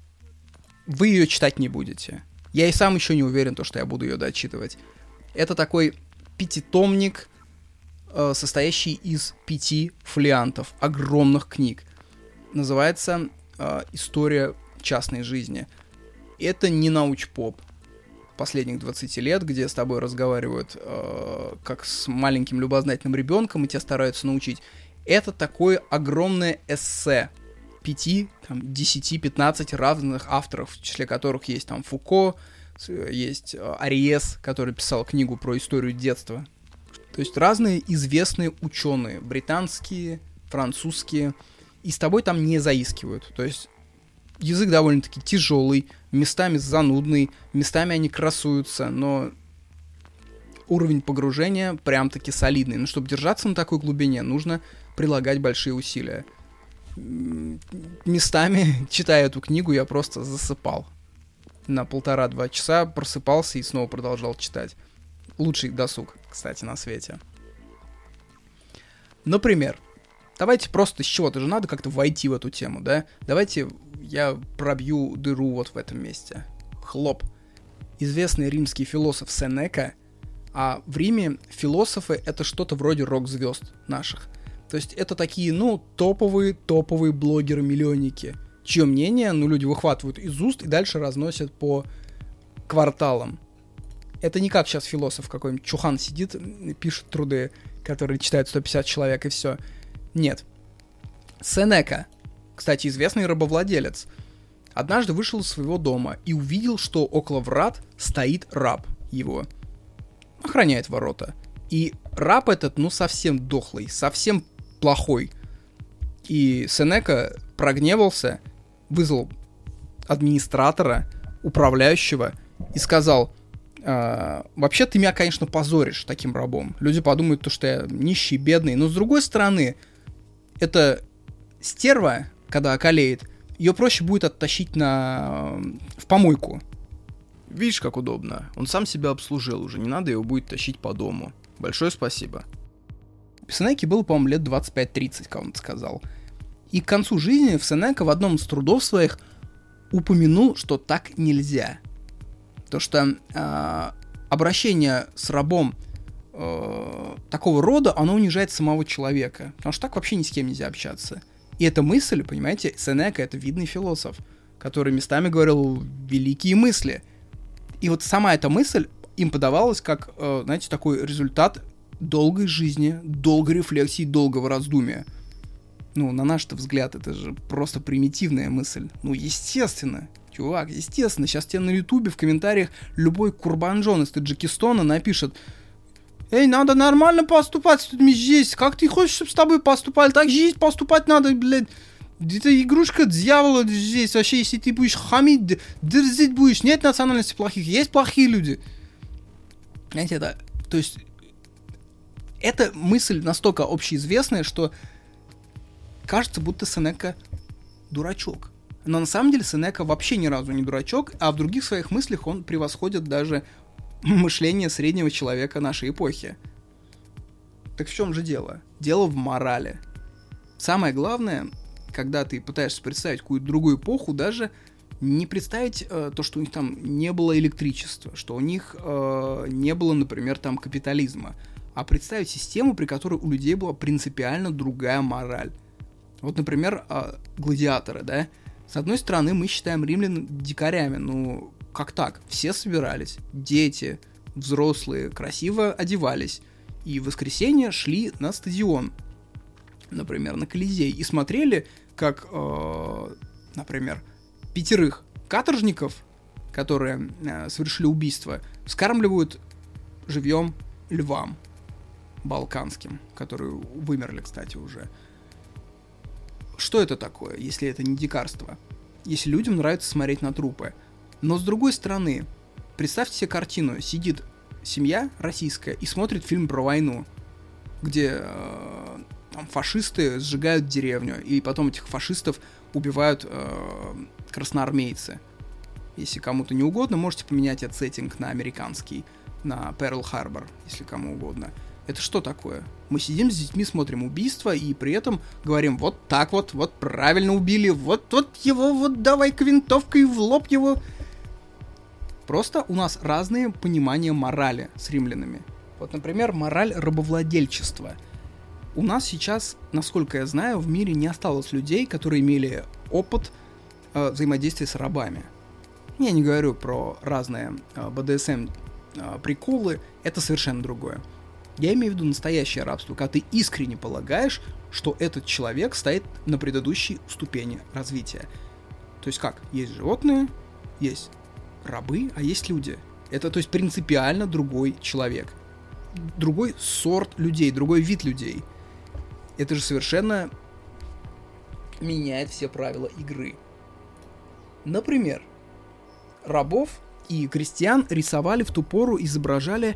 вы ее читать не будете. Я и сам еще не уверен, что я буду ее дочитывать. Это такой пятитомник, э, состоящий из пяти фолиантов, огромных книг. Называется э, «История частной жизни». Это не научпоп последних двадцати лет, где с тобой разговаривают э, как с маленьким любознательным ребенком, и тебя стараются научить. Это такое огромное эссе пяти, там, десяти, пятнадцати разных авторов, в числе которых есть там Фуко, есть э, Ариес, который писал книгу про историю детства. То есть разные известные ученые, британские, французские, и с тобой там не заискивают. То есть язык довольно-таки тяжелый, местами занудный, местами они красуются, но уровень погружения прям-таки солидный. Но чтобы держаться на такой глубине, нужно прилагать большие усилия. Местами, читая эту книгу, я просто засыпал. На полтора-два часа просыпался и снова продолжал читать. Лучший досуг, кстати, на свете. Например, давайте просто с чего-то же надо как-то войти в эту тему, да? Давайте я пробью дыру вот в этом месте. Хлоп. Известный римский философ Сенека, а в Риме философы — это что-то вроде рок-звезд наших. То есть это такие, ну, топовые, топовые блогеры-миллионники, чье мнение, ну, люди выхватывают из уст и дальше разносят по кварталам. Это не как сейчас философ какой-нибудь Чухан сидит, пишет труды, которые читают сто пятьдесят человек, и все. Нет. Сенека, кстати, известный рабовладелец, однажды вышел из своего дома и увидел, что около врат стоит раб его. Охраняет ворота. И раб этот, ну, совсем дохлый, совсем плохой. И Сенека прогневался, вызвал администратора, управляющего, и сказал: «А, вообще ты меня, конечно, позоришь таким рабом. Люди подумают, то, что я нищий, бедный. Но с другой стороны, эта стерва, когда околеет, ее проще будет оттащить на... в помойку. Видишь, как удобно. Он сам себя обслужил уже, не надо его будет тащить по дому. Большое спасибо. Сенеке было, по-моему, лет двадцать пять тридцать, как он сказал. И к концу жизни Сенека в одном из трудов своих упомянул, что так нельзя. То, что э, обращение с рабом э, такого рода, оно унижает самого человека. Потому что так вообще ни с кем нельзя общаться. И эта мысль, понимаете, Сенека — это видный философ, который местами говорил великие мысли. И вот сама эта мысль им подавалась как, э, знаете, такой результат долгой жизни, долгой рефлексии, долгого раздумия. Ну, на наш-то взгляд, это же просто примитивная мысль. Ну, естественно, чувак, естественно. Сейчас тебе на ютубе в комментариях любой курбанджон из Таджикистана напишет: «Эй, надо нормально поступать с людьми здесь. Как ты хочешь, чтобы с тобой поступали? Так здесь поступать надо, блядь. Это игрушка дьявола здесь. Вообще, если ты будешь хамить, дерзить будешь. Нет национальности плохих, есть плохие люди». Знаете, это... То есть... Эта мысль настолько общеизвестная, что кажется, будто Сенека дурачок. Но на самом деле Сенека вообще ни разу не дурачок, а в других своих мыслях он превосходит даже мышление среднего человека нашей эпохи. Так в чем же дело? Дело в морали. Самое главное, когда ты пытаешься представить какую-то другую эпоху, даже не представить э, то, что у них там не было электричества, что у них э, не было, например, там капитализма, а представить систему, при которой у людей была принципиально другая мораль. Вот, например, э, гладиаторы, да? С одной стороны, мы считаем римлян дикарями, ну, как так? Все собирались, дети, взрослые, красиво одевались, и в воскресенье шли на стадион, например, на Колизей, и смотрели, как, э, например, пятерых каторжников, которые э, совершили убийство, скармливают живьем львам балканским, которые вымерли, кстати, уже. Что это такое, если это не дикарство? Если людям нравится смотреть на трупы. Но с другой стороны, представьте себе картину. Сидит семья российская и смотрит фильм про войну, где э, там фашисты сжигают деревню, и потом этих фашистов убивают э, красноармейцы. Если кому-то не угодно, можете поменять этот сеттинг на американский, на Перл-Харбор, если кому угодно. Это что такое? Мы сидим с детьми, смотрим убийство, и при этом говорим: вот так вот, вот правильно убили, вот, вот его, вот давай-ка винтовкой в лоб его. Просто у нас разные понимания морали с римлянами. Вот, например, мораль рабовладельчества. У нас сейчас, насколько я знаю, в мире не осталось людей, которые имели опыт э, взаимодействия с рабами. Я не говорю про разные э, бэ дэ эс эм э, приколы, это совершенно другое. Я имею в виду настоящее рабство, когда ты искренне полагаешь, что этот человек стоит на предыдущей ступени развития. То есть как? Есть животные, есть рабы, а есть люди. Это, то есть, принципиально другой человек. Другой сорт людей, другой вид людей. Это же совершенно меняет все правила игры. Например, рабов и крестьян рисовали в ту пору, изображали,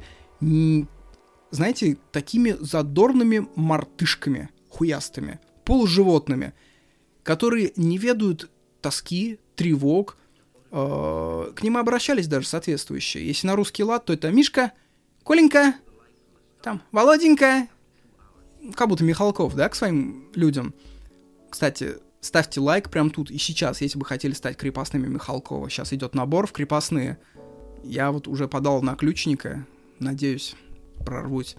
знаете, такими задорными мартышками, хуястыми, полуживотными, которые не ведают тоски, тревог. К ним обращались даже соответствующие. Если на русский лад, то это Мишка, Коленька, там, Володенька, как будто Михалков, да, к своим людям. Кстати, ставьте лайк прямо тут и сейчас, если бы хотели стать крепостными Михалкова. Сейчас идет набор в крепостные. Я вот уже подал на ключника, надеюсь, прорвусь.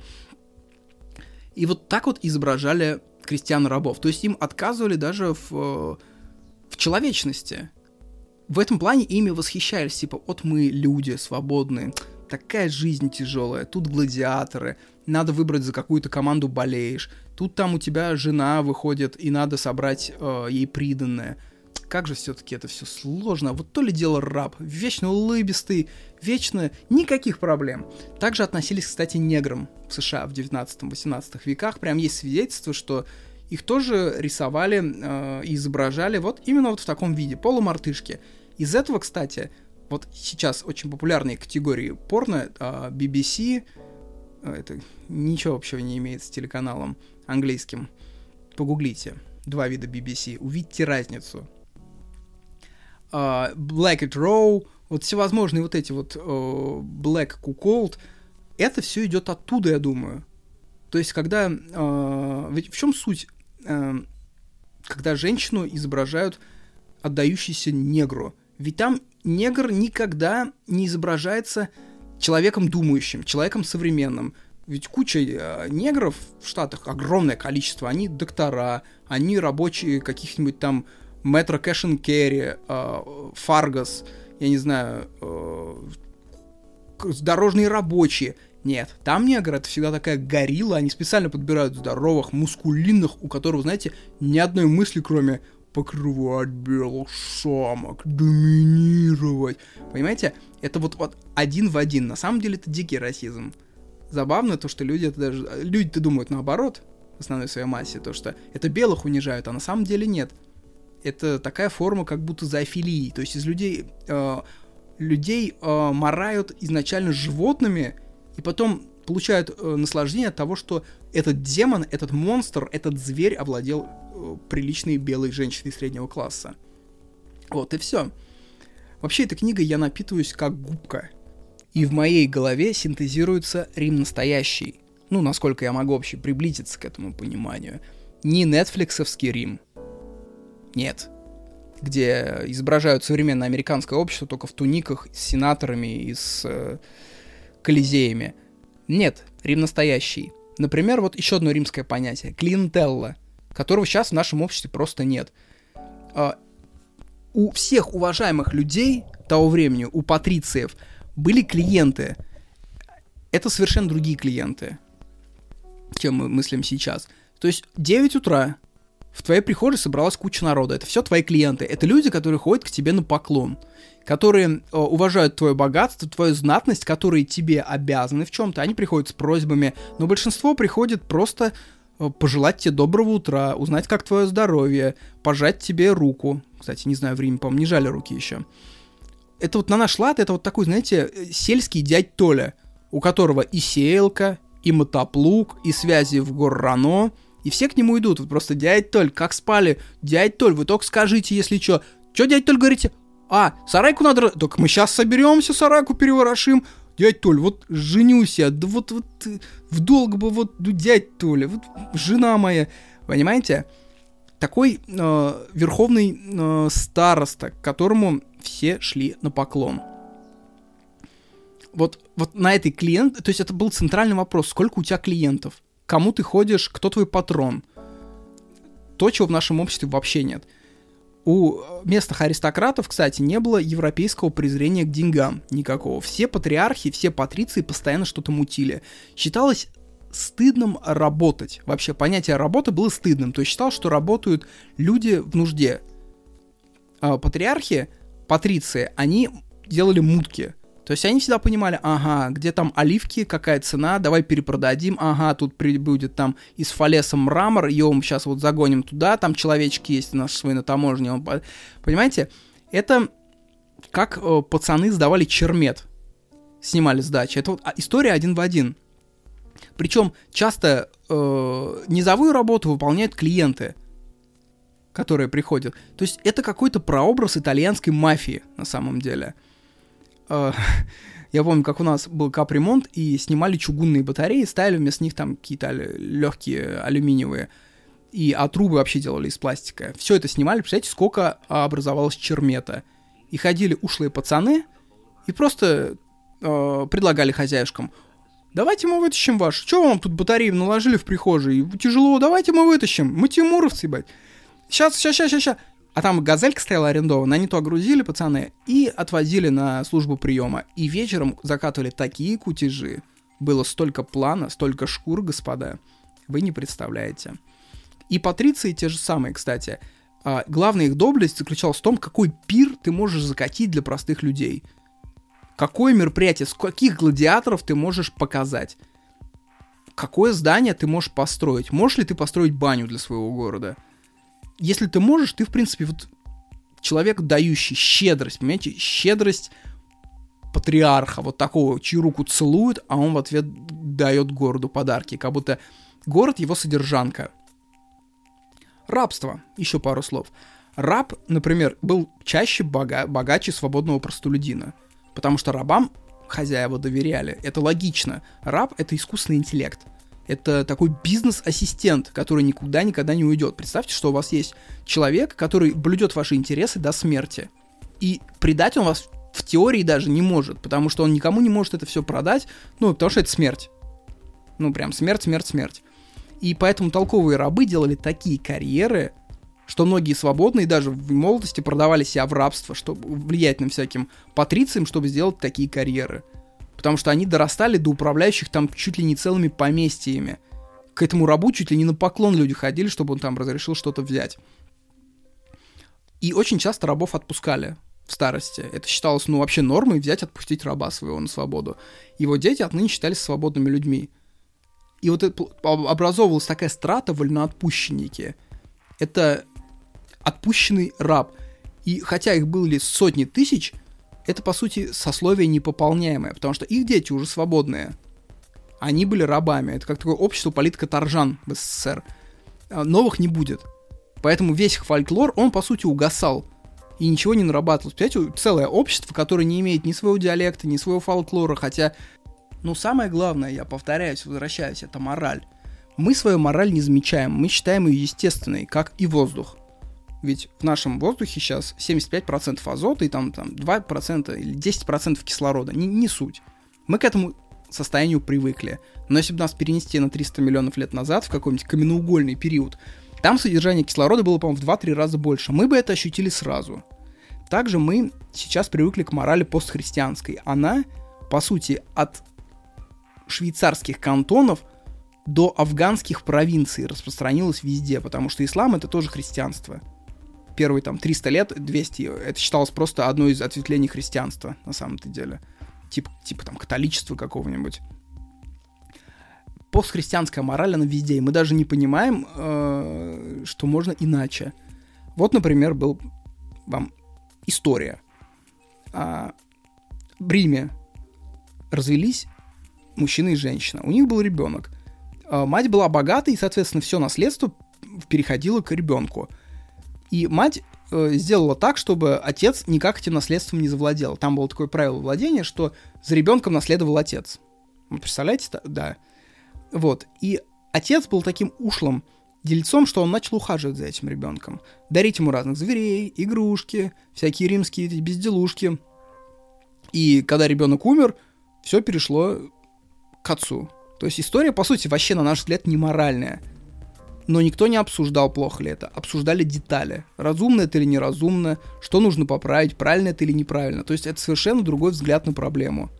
И вот так вот изображали крестьян-рабов. То есть им отказывали даже в, в человечности. В этом плане ими восхищались, типа, вот мы люди свободные, такая жизнь тяжелая, тут гладиаторы, надо выбрать, за какую-то команду болеешь, тут там у тебя жена выходит, и надо собрать э, ей приданное. Как же все-таки это все сложно. Вот то ли дело раб, вечно улыбистый, вечно никаких проблем. Также относились, кстати, к неграм в США в девятнадцатом-восемнадцатом веках. Прям есть свидетельство, что их тоже рисовали э, и изображали вот именно вот в таком виде, полумартышки. Из этого, кстати, вот сейчас очень популярные категории порно, э, би би си, э, это ничего общего не имеет с телеканалом английским. Погуглите. Два вида би би си, увидите разницу. Uh, Black and Raw, вот всевозможные вот эти вот э, black cuckold, это все идет оттуда, я думаю. То есть, когда... Э, ведь в чем суть? Э, когда женщину изображают отдающейся негру. Ведь там негр никогда не изображается человеком думающим, человеком современным. Ведь куча э, негров в Штатах, огромное количество, они доктора, они рабочие каких-нибудь там Metro Cash and Carry, э, Fargus, я не знаю, э, дорожные рабочие. Нет, там негр — это всегда такая горилла, они специально подбирают здоровых, мускулинных, у которых, знаете, ни одной мысли, кроме покрывать белых самок, доминировать. Понимаете? Это вот, вот один в один. На самом деле это дикий расизм. Забавно то, что люди это даже... Люди-то думают наоборот, в основной своей массе, то, что это белых унижают, а на самом деле нет. Это такая форма как будто зоофилии. То есть из людей... Э, людей э, марают изначально животными, и потом получают э, наслаждение от того, что этот демон, этот монстр, этот зверь овладел э, приличной белой женщиной среднего класса. Вот и все. Вообще, этой книгой я напитываюсь как губка. И в моей голове синтезируется Рим настоящий. Ну, насколько я могу вообще приблизиться к этому пониманию. Не нетфликсовский Рим. Нет. Где изображают современное американское общество только в туниках, с сенаторами и с э, колизеями. Нет, Рим настоящий. Например, вот еще одно римское понятие — клиентелла, которого сейчас в нашем обществе просто нет. Э, у всех уважаемых людей того времени, у патрициев, были клиенты. Это совершенно другие клиенты, чем мы мыслим сейчас. То есть девять утра в твоей прихожей собралась куча народа. Это все твои клиенты. Это люди, которые ходят к тебе на поклон, которые э, уважают твое богатство, твою знатность, которые тебе обязаны в чем-то. Они приходят с просьбами, но большинство приходит просто э, пожелать тебе доброго утра, узнать, как твое здоровье, пожать тебе руку. Кстати, не знаю, в Риме, по-моему, не жали руки еще. Это вот на наш лад, это вот такой, знаете, сельский дядь Толя, у которого и сеялка, и мотоплуг, и связи в Гор-Рано, и все к нему идут. Вот просто: дядь Толь, как спали? Дядь Толь, вы только скажите, если что. Что, дядь Толь, говорите? А, сарайку надо... Так мы сейчас соберемся, сарайку переворошим. Дядь Толь, вот женюсь я, да вот, вот в долг бы, вот, ну, дядь Толь, вот жена моя. Понимаете? Такой э, верховный э, староста, к которому все шли на поклон. Вот, вот на этой клиент... То есть это был центральный вопрос. Сколько у тебя клиентов? Кому ты ходишь? Кто твой патрон? То, чего в нашем обществе вообще нет. У местных аристократов, кстати, не было европейского презрения к деньгам никакого. Все патриархи, все патриции постоянно что-то мутили. Считалось стыдным работать. Вообще понятие работы было стыдным. То есть считал, что работают люди в нужде. А патриархи, патриции, они делали мутки. То есть они всегда понимали: ага, где там оливки, какая цена, давай перепродадим, ага, тут будет там из фалеса мрамор, его мы сейчас вот загоним туда, там человечки есть у нас свои на таможне. Он... Понимаете, это как э, пацаны сдавали чермет, снимали сдачи. Это вот история один в один. Причем часто э, низовую работу выполняют клиенты, которые приходят. То есть это какой-то прообраз итальянской мафии на самом деле. Я помню, как у нас был капремонт, и снимали чугунные батареи, ставили вместо них там какие-то легкие алюминиевые, и а трубы вообще делали из пластика. Все это снимали, представляете, сколько образовалось чермета. И ходили ушлые пацаны, и просто э, предлагали хозяюшкам: давайте мы вытащим ваш. Чего вам тут батареи наложили в прихожей? Тяжело, давайте мы вытащим. Мы тимуровцы, ебать. Сейчас, сейчас, сейчас, сейчас. А там газелька стояла арендована, они то грузили, пацаны, и отвозили на службу приема. И вечером закатывали такие кутежи. Было столько плана, столько шкур, господа. Вы не представляете. И патриции те же самые, кстати. А, главная их доблесть заключалась в том, какой пир ты можешь закатить для простых людей. Какое мероприятие, с каких гладиаторов ты можешь показать. Какое здание ты можешь построить. Можешь ли ты построить баню для своего города? Если ты можешь, ты, в принципе, вот человек, дающий щедрость, понимаете, щедрость патриарха, вот такого, чью руку целует, а он в ответ дает городу подарки, как будто город его содержанка. Рабство, еще пару слов. Раб, например, был чаще бога- богаче свободного простолюдина, потому что рабам хозяева доверяли. Это логично. Раб — это искусственный интеллект. Это такой бизнес-ассистент, который никуда никогда не уйдет. Представьте, что у вас есть человек, который блюдет ваши интересы до смерти. И предать он вас в теории даже не может, потому что он никому не может это все продать, ну, потому что это смерть. Ну, прям смерть, смерть, смерть. И поэтому толковые рабы делали такие карьеры, что многие свободные даже в молодости продавали себя в рабство, чтобы влиять на всяким патрициям, чтобы сделать такие карьеры. Потому что они дорастали до управляющих там чуть ли не целыми поместьями. К этому рабу чуть ли не на поклон люди ходили, чтобы он там разрешил что-то взять. И очень часто рабов отпускали в старости. Это считалось, ну, вообще нормой взять, отпустить раба своего на свободу. Его дети отныне считались свободными людьми. И вот это, образовывалась такая страта вольноотпущенники. Это отпущенный раб. И хотя их были сотни тысяч, это, по сути, сословие непополняемое, потому что их дети уже свободные. Они были рабами. Это как такое общество политкоторжан в СССР. Новых не будет. Поэтому весь их фольклор, он, по сути, угасал. И ничего не нарабатывалось. Понимаете, целое общество, которое не имеет ни своего диалекта, ни своего фольклора, хотя... Ну, самое главное, я повторяюсь, возвращаюсь, это мораль. Мы свою мораль не замечаем, мы считаем ее естественной, как и воздух. Ведь в нашем воздухе сейчас семьдесят пять процентов азота и там, там два процента или десять процентов кислорода. Не, не суть. Мы к этому состоянию привыкли. Но если бы нас перенести на триста миллионов лет назад, в какой-нибудь каменноугольный период, там содержание кислорода было, по-моему, в два-три раза больше. Мы бы это ощутили сразу. Также мы сейчас привыкли к морали постхристианской. Она, по сути, от швейцарских кантонов до афганских провинций распространилась везде, потому что ислам — это тоже христианство. Первые там триста лет, двести, это считалось просто одной из ответвлений христианства, на самом-то деле. Тип, типа там католичества какого-нибудь. Постхристианская мораль, она везде, и мы даже не понимаем, э, что можно иначе. Вот, например, был вам история. А, в Риме развелись мужчина и женщина. У них был ребенок. А, мать была богатой, и, соответственно, все наследство переходило к ребенку. И мать э, сделала так, чтобы отец никак этим наследством не завладел. Там было такое правило владения, что за ребенком наследовал отец. Вы представляете? Да. Вот. И отец был таким ушлым дельцом, что он начал ухаживать за этим ребенком. Дарить ему разных зверей, игрушки, всякие римские эти безделушки. И когда ребенок умер, все перешло к отцу. То есть история, по сути, вообще, на наш взгляд, неморальная. Но никто не обсуждал, плохо ли это. Обсуждали детали. Разумно это или неразумно, что нужно поправить, правильно это или неправильно. То есть это совершенно другой взгляд на проблему.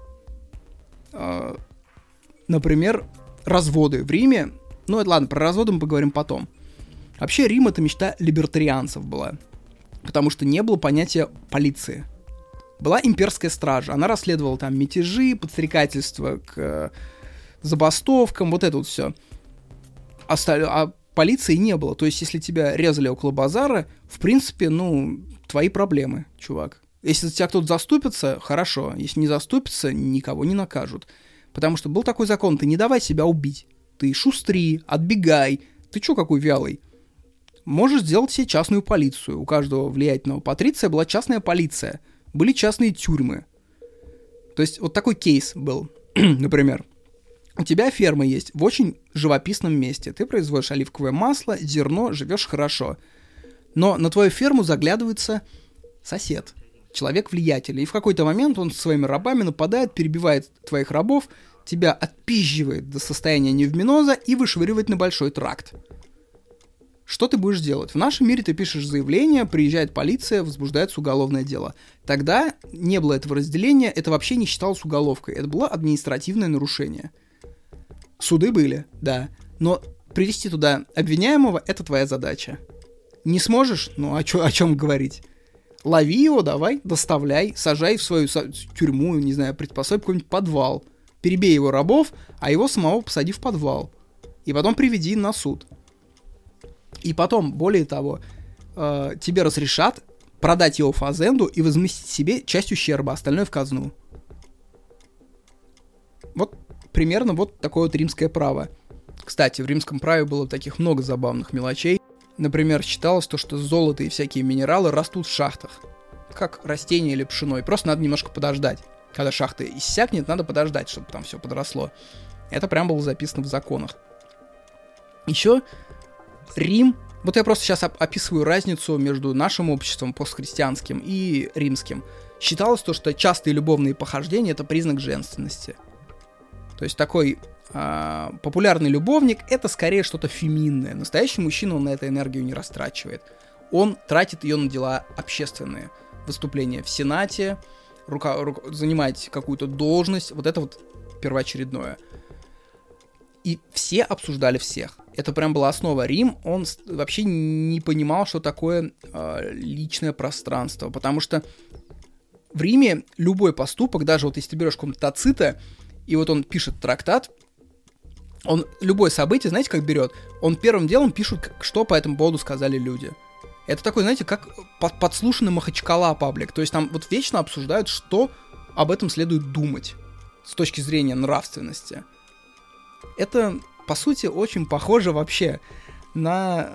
Например, разводы в Риме. Ну, это ладно, про разводы мы поговорим потом. Вообще, Рим — это мечта либертарианцев была. Потому что не было понятия полиции. Была имперская стража. Она расследовала там мятежи, подстрекательства к забастовкам, вот это вот все. А, а полиции не было. То есть, если тебя резали около базара, в принципе, ну, твои проблемы, чувак. Если за тебя кто-то заступится, хорошо. Если не заступится, никого не накажут. Потому что был такой закон: ты не давай себя убить. Ты шустри, отбегай. Ты чё какой вялый? Можешь сделать себе частную полицию. У каждого влиятельного патриция была частная полиция. Были частные тюрьмы. То есть, вот такой кейс был. Например, у тебя ферма есть в очень живописном месте. Ты производишь оливковое масло, зерно, живешь хорошо. Но на твою ферму заглядывается сосед, человек влиятельный. И в какой-то момент он со своими рабами нападает, перебивает твоих рабов, тебя отпизживает до состояния невминоза и вышвыривает на большой тракт. Что ты будешь делать? В нашем мире ты пишешь заявление, приезжает полиция, возбуждается уголовное дело. Тогда не было этого разделения, это вообще не считалось уголовкой. Это было административное нарушение. Суды были, да. Но привести туда обвиняемого — это твоя задача. Не сможешь? Ну, о, чё, о чем говорить? Лови его, давай, доставляй, сажай в свою со- тюрьму, не знаю, приспособь какой-нибудь подвал. Перебей его рабов, а его самого посади в подвал. И потом приведи на суд. И потом, более того, э, тебе разрешат продать его фазенду и возместить себе часть ущерба, остальное в казну. Вот примерно вот такое вот римское право. Кстати, в римском праве было таких много забавных мелочей. Например, считалось то, что золото и всякие минералы растут в шахтах, как растение или пшено, и просто надо немножко подождать. Когда шахта иссякнет, надо подождать, чтобы там все подросло. Это прям было записано в законах. Еще Рим, вот я просто сейчас оп- описываю разницу между нашим обществом постхристианским и римским. Считалось то, что частые любовные похождения — это признак женственности. То есть такой э, популярный любовник — это скорее что-то феминное. Настоящий мужчина, он на эту энергию не растрачивает. Он тратит ее на дела общественные. Выступления в Сенате, рука, рука, занимать какую-то должность, вот это вот первоочередное. И все обсуждали всех. Это прям была основа. Рим, он вообще не понимал, что такое э, личное пространство, потому что в Риме любой поступок, даже вот если ты берешь какого-то Тацита, и вот он пишет трактат, он любое событие, знаете, как берет? Он первым делом пишет, что по этому поводу сказали люди. Это такой, знаете, как под, подслушанный Махачкала паблик. То есть там вот вечно обсуждают, что об этом следует думать с точки зрения нравственности. Это, по сути, очень похоже вообще на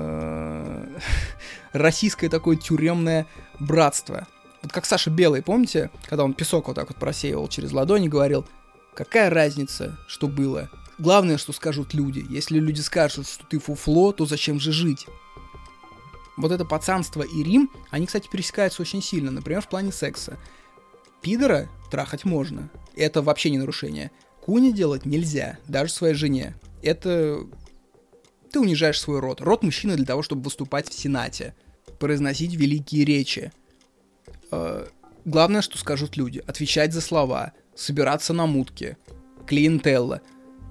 э, российское такое тюремное братство. Вот как Саша Белый, помните, когда он песок вот так вот просеивал через ладони, говорил, какая разница, что было? Главное, что скажут люди. Если люди скажут, что ты фуфло, то зачем же жить? Вот это пацанство и Рим, они, кстати, пересекаются очень сильно. Например, в плане секса. Пидора трахать можно. Это вообще не нарушение. Куни делать нельзя, даже своей жене. Это... Ты унижаешь свой род. Род мужчины для того, чтобы выступать в Сенате. Произносить великие речи. Э, главное, что скажут люди. Отвечать за слова. Собираться на мутки. Клиентелла.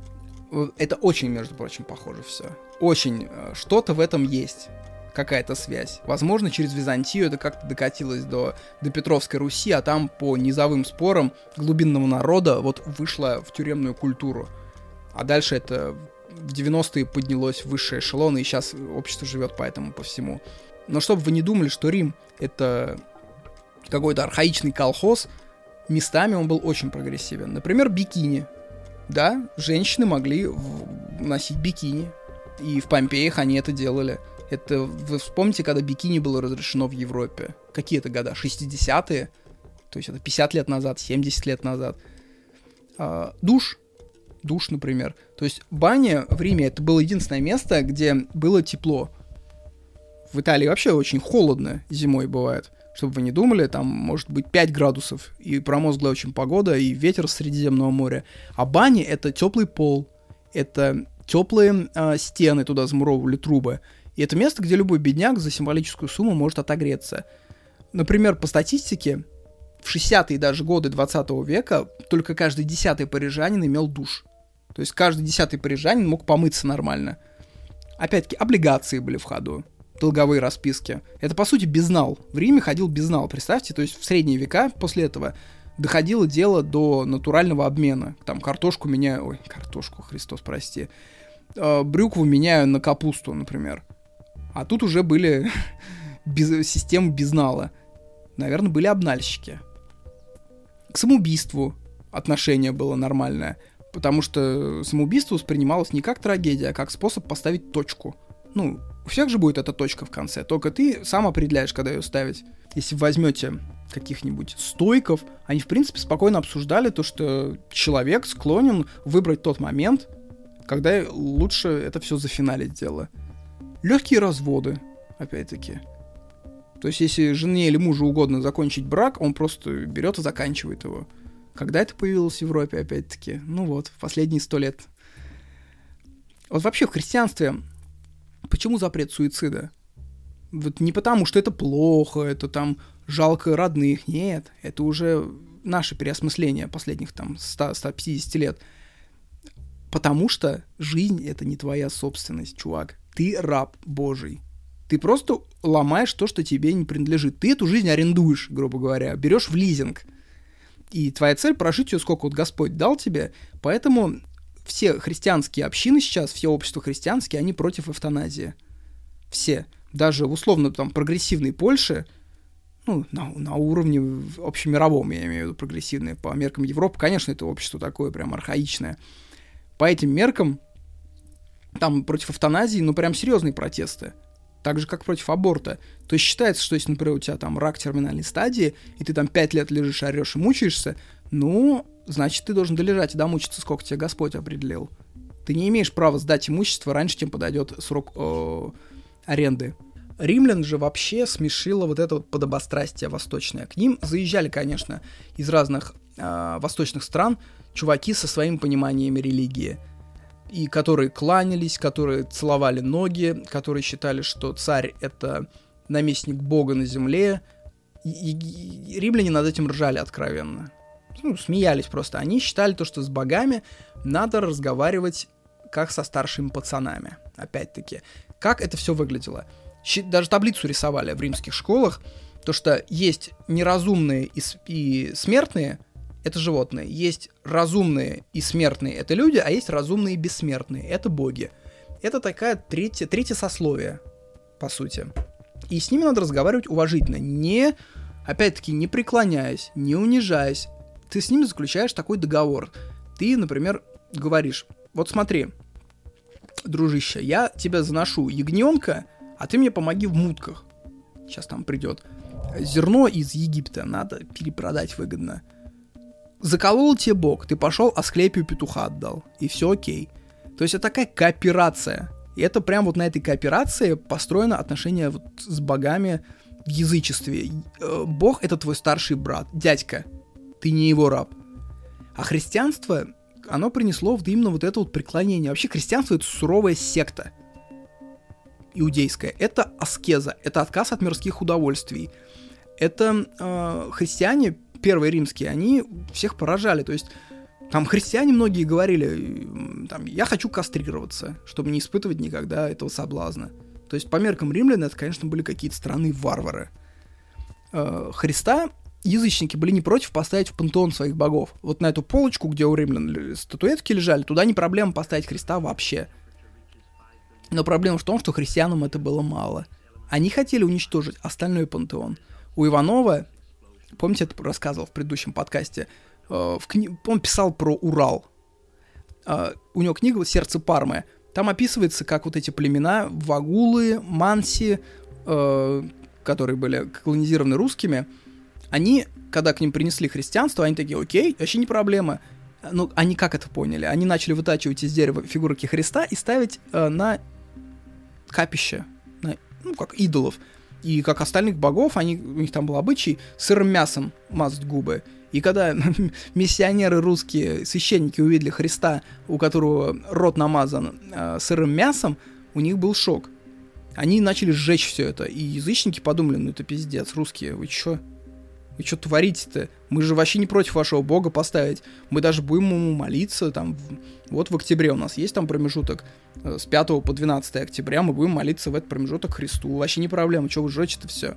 Это очень, между прочим, похоже все. Очень. Э, что-то в этом есть. Какая-то связь. Возможно, через Византию это как-то докатилось до, до Петровской Руси, а там по низовым спорам глубинного народа вот вышло в тюремную культуру. А дальше это в девяностые поднялось в высшие эшелоны, и сейчас общество живет поэтому по всему. Но чтобы вы не думали, что Рим это какой-то архаичный колхоз, местами он был очень прогрессивен. Например, бикини. Да, женщины могли носить бикини, и в Помпеях они это делали. Это вы вспомните, когда бикини было разрешено в Европе. Какие это года? шестидесятые? То есть это пятьдесят лет назад, семьдесят лет назад. А, душ. Душ, например. То есть баня в Риме это было единственное место, где было тепло. В Италии вообще очень холодно зимой бывает. Чтобы вы не думали, там может быть пять градусов, и промозглая очень погода, и ветер с Средиземного моря. А баня это теплый пол, это теплые а, стены, туда замуровывали трубы. И это место, где любой бедняк за символическую сумму может отогреться. Например, по статистике, в шестидесятые даже годы двадцатого века только каждый десятый парижанин имел душ. То есть каждый десятый парижанин мог помыться нормально. Опять-таки, облигации были в ходу, долговые расписки. Это, по сути, безнал. В Риме ходил безнал, представьте. То есть в средние века после этого доходило дело до натурального обмена. Там картошку меняю... Ой, картошку, Христос, прости. Э, брюкву меняю на капусту, например. А тут уже были без, системы безнала. Наверное, были обнальщики. К самоубийству отношение было нормальное. Потому что самоубийство воспринималось не как трагедия, а как способ поставить точку. Ну, у всех же будет эта точка в конце. Только ты сам определяешь, когда ее ставить. Если возьмете каких-нибудь стоиков, они, в принципе, спокойно обсуждали то, что человек склонен выбрать тот момент, когда лучше это все зафиналить дело. Легкие разводы, опять-таки. То есть, если жене или мужу угодно закончить брак, он просто берет и заканчивает его. Когда это появилось в Европе, опять-таки? Ну вот, в последние сто лет. Вот вообще в христианстве почему запрет суицида? Вот не потому, что это плохо, это там жалко родных. Нет, это уже наше переосмысление последних там сто-сто пятьдесят лет. Потому что жизнь — это не твоя собственность, чувак. Ты раб Божий. Ты просто ломаешь то, что тебе не принадлежит. Ты эту жизнь арендуешь, грубо говоря, берешь в лизинг. И твоя цель — прожить ее, сколько вот Господь дал тебе. Поэтому все христианские общины сейчас, все общества христианские, они против эвтаназии. Все. Даже в условно там прогрессивной Польше, ну, на, на уровне общемировом, я имею в виду прогрессивное, по меркам Европы, конечно, это общество такое прям архаичное. По этим меркам там против эвтаназии, ну, прям серьезные протесты. Так же, как против аборта. То есть считается, что если, например, у тебя там рак терминальной стадии, и ты там пять лет лежишь, орешь и мучаешься, ну, значит, ты должен долежать и домучиться, сколько тебе Господь определил. Ты не имеешь права сдать имущество раньше, чем подойдет срок э, аренды. Римлян же вообще смешило вот это вот подобострастие восточное. К ним заезжали, конечно, из разных э, восточных стран чуваки со своими пониманиями религии. И которые кланялись, которые целовали ноги, которые считали, что царь — это наместник Бога на земле. И, и, и римляне над этим ржали откровенно. Ну, смеялись просто. Они считали то, что с богами надо разговаривать как со старшими пацанами. Опять-таки. Как это все выглядело? Даже таблицу рисовали в римских школах, то что есть неразумные и, и смертные — это животные, есть разумные и смертные — это люди, а есть разумные и бессмертные — это боги. Это такая третья, третье сословие, по сути. И с ними надо разговаривать уважительно, не, опять-таки, не преклоняясь, не унижаясь. Ты с ними заключаешь такой договор. Ты, например, говоришь: вот смотри, дружище, я тебя заношу ягненка, а ты мне помоги в мутках. Сейчас там придет зерно из Египта, надо перепродать выгодно. Заколол тебе Бог, ты пошел Асклепию петуха отдал, и все окей. То есть это такая кооперация. И это прям вот на этой кооперации построено отношение вот с богами в язычестве. Бог — это твой старший брат, дядька, ты не его раб. А христианство, оно принесло вот именно вот это вот преклонение. Вообще христианство — это суровая секта иудейская. Это аскеза, это отказ от мирских удовольствий. Это э, христиане, первые римские, они всех поражали. То есть там христиане многие говорили, там, я хочу кастрироваться, чтобы не испытывать никогда этого соблазна. То есть по меркам римлян это, конечно, были какие-то странные варвары. Э, Христа язычники были не против поставить в пантеон своих богов. Вот на эту полочку, где у римлян статуэтки лежали, туда не проблема поставить Христа вообще. Но проблема в том, что христианам это было мало. Они хотели уничтожить остальной пантеон. У Иванова, помните, я это рассказывал в предыдущем подкасте, э, в кни... он писал про Урал. Э, у него книга «Сердце Пармы». Там описывается, как вот эти племена вагулы, манси, э, которые были колонизированы русскими, они, когда к ним принесли христианство, они такие: окей, вообще не проблема. Ну, они как это поняли? Они начали вытачивать из дерева фигурки Христа и ставить э, на капище, на, ну, как идолов. И как остальных богов, они, у них там был обычай сырым мясом мазать губы. И когда миссионеры русские, священники увидели Христа, у которого рот намазан э, сырым мясом, у них был шок. Они начали сжечь все это. И язычники подумали: ну это пиздец, русские, вы чё? Вы что творите-то? Мы же вообще не против вашего бога поставить. Мы даже будем ему молиться. Там, вот в октябре у нас есть там промежуток с пятого по двенадцатое октября. Мы будем молиться в этот промежуток Христу. Вообще не проблема. Что вы жжете-то все?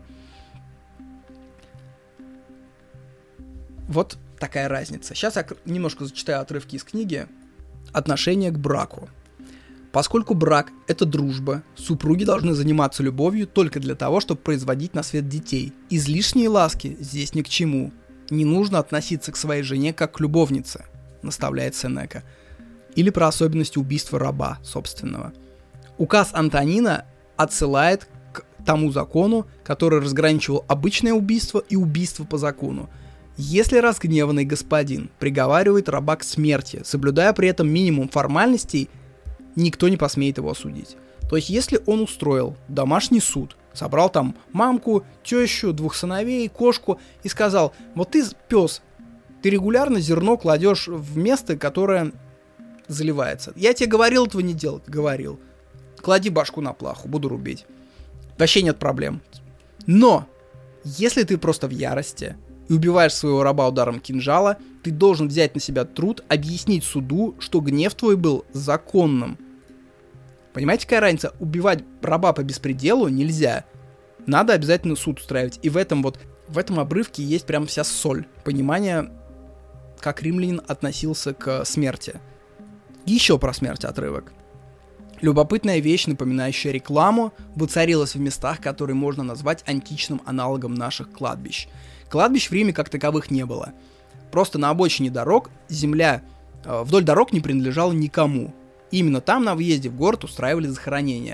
Вот такая разница. Сейчас я немножко зачитаю отрывки из книги «Отношение к браку». Поскольку брак — это дружба, супруги должны заниматься любовью только для того, чтобы производить на свет детей. Излишние ласки здесь ни к чему. Не нужно относиться к своей жене как к любовнице, наставляет Сенека. Или про особенности убийства раба собственного. Указ Антонина отсылает к тому закону, который разграничивал обычное убийство и убийство по закону. Если разгневанный господин приговаривает раба к смерти, соблюдая при этом минимум формальностей, никто не посмеет его осудить. То есть, если он устроил домашний суд, собрал там мамку, тещу, двух сыновей, кошку и сказал: вот ты, пес, ты регулярно зерно кладешь в место, которое заливается. Я тебе говорил этого не делать? Говорил. Клади башку на плаху, буду рубить. Вообще нет проблем. Но, если ты просто в ярости и убиваешь своего раба ударом кинжала, ты должен взять на себя труд объяснить суду, что гнев твой был законным. Понимаете, какая разница? Убивать раба по беспределу нельзя. Надо обязательно суд устраивать. И в этом вот, в этом обрывке есть прям вся соль. Понимание, как римлянин относился к смерти. Еще про смерть отрывок. Любопытная вещь, напоминающая рекламу, воцарилась в местах, которые можно назвать античным аналогом наших кладбищ. Кладбищ в Риме как таковых не было. Просто на обочине дорог земля э, вдоль дорог не принадлежала никому. Именно там на въезде в город устраивали захоронения.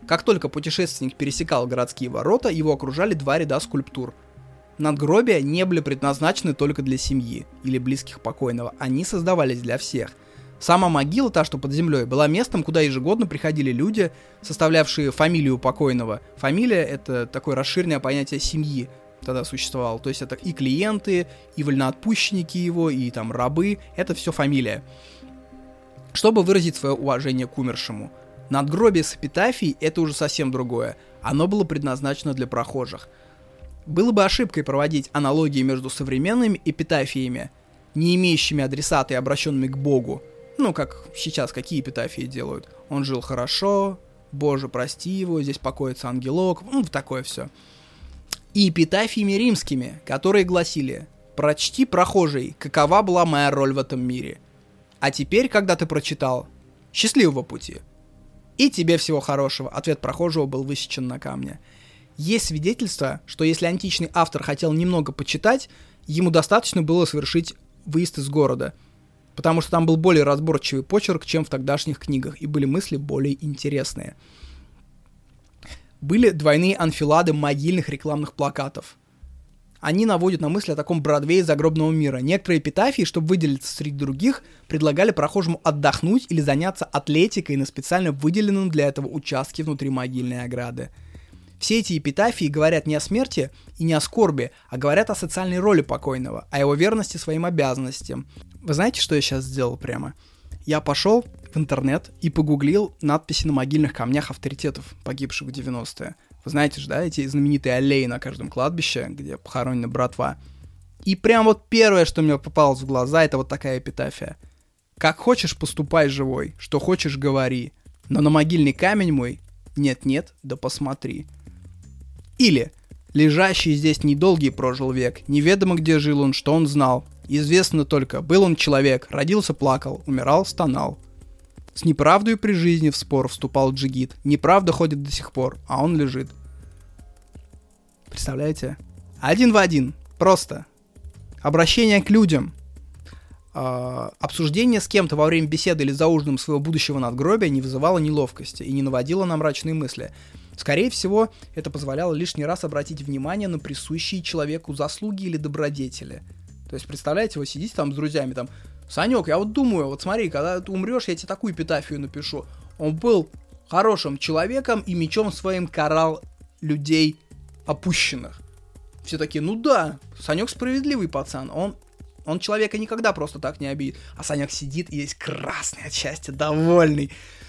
Как только путешественник пересекал городские ворота, его окружали два ряда скульптур. Надгробия не были предназначены только для семьи или близких покойного, они создавались для всех. Сама могила, та, что под землей, была местом, куда ежегодно приходили люди, составлявшие фамилию покойного. Фамилия — это такое расширенное понятие семьи тогда существовало. То есть это и клиенты, и вольноотпущенники его, и там рабы. Это все фамилия. Чтобы выразить свое уважение к умершему. Надгробие с эпитафией — это уже совсем другое. Оно было предназначено для прохожих. Было бы ошибкой проводить аналогии между современными эпитафиями, не имеющими адресата и обращенными к Богу. Ну, как сейчас какие эпитафии делают. Он жил хорошо, Боже, прости его, здесь покоится ангелок, ну, такое все. И эпитафиями римскими, которые гласили: «Прочти, прохожий, какова была моя роль в этом мире. А теперь, когда ты прочитал, счастливого пути. И тебе всего хорошего». Ответ прохожего был высечен на камне. Есть свидетельство, что если античный автор хотел немного почитать, ему достаточно было совершить выезд из города, потому что там был более разборчивый почерк, чем в тогдашних книгах, и были мысли более интересные. Были двойные анфилады могильных рекламных плакатов. Они наводят на мысль о таком Бродвее загробного мира. Некоторые эпитафии, чтобы выделиться среди других, предлагали прохожему отдохнуть или заняться атлетикой на специально выделенном для этого участке внутри могильной ограды. Все эти эпитафии говорят не о смерти и не о скорби, а говорят о социальной роли покойного, о его верности своим обязанностям. Вы знаете, что я сейчас сделал прямо? Я пошел в интернет и погуглил надписи на могильных камнях авторитетов, погибших в девяностые. Вы знаете же, да, эти знаменитые аллеи на каждом кладбище, где похоронена братва. И прям вот первое, что мне попалось в глаза, это вот такая эпитафия. «Как хочешь, поступай живой, что хочешь, говори, но на могильный камень мой нет-нет, да посмотри». Или «Лежащий здесь недолгий прожил век, неведомо где жил он, что он знал. Известно только, был он человек, родился плакал, умирал стонал. С неправдой при жизни в спор вступал джигит, неправда ходит до сих пор, а он лежит». Представляете? Один в один, просто. Обращение к людям. Э, обсуждение с кем-то во время беседы или за ужином своего будущего надгробия не вызывало неловкости и не наводило на мрачные мысли. Скорее всего, это позволяло лишний раз обратить внимание на присущие человеку заслуги или добродетели. То есть, представляете, вы сидите там с друзьями, там: «Санек, я вот думаю, вот смотри, когда ты умрешь, я тебе такую эпитафию напишу. Он был хорошим человеком и мечом своим карал людей опущенных». Все такие: «Ну да, Санек справедливый пацан, он, он человека никогда просто так не обидит». А Санек сидит и весь красный от счастья, довольный.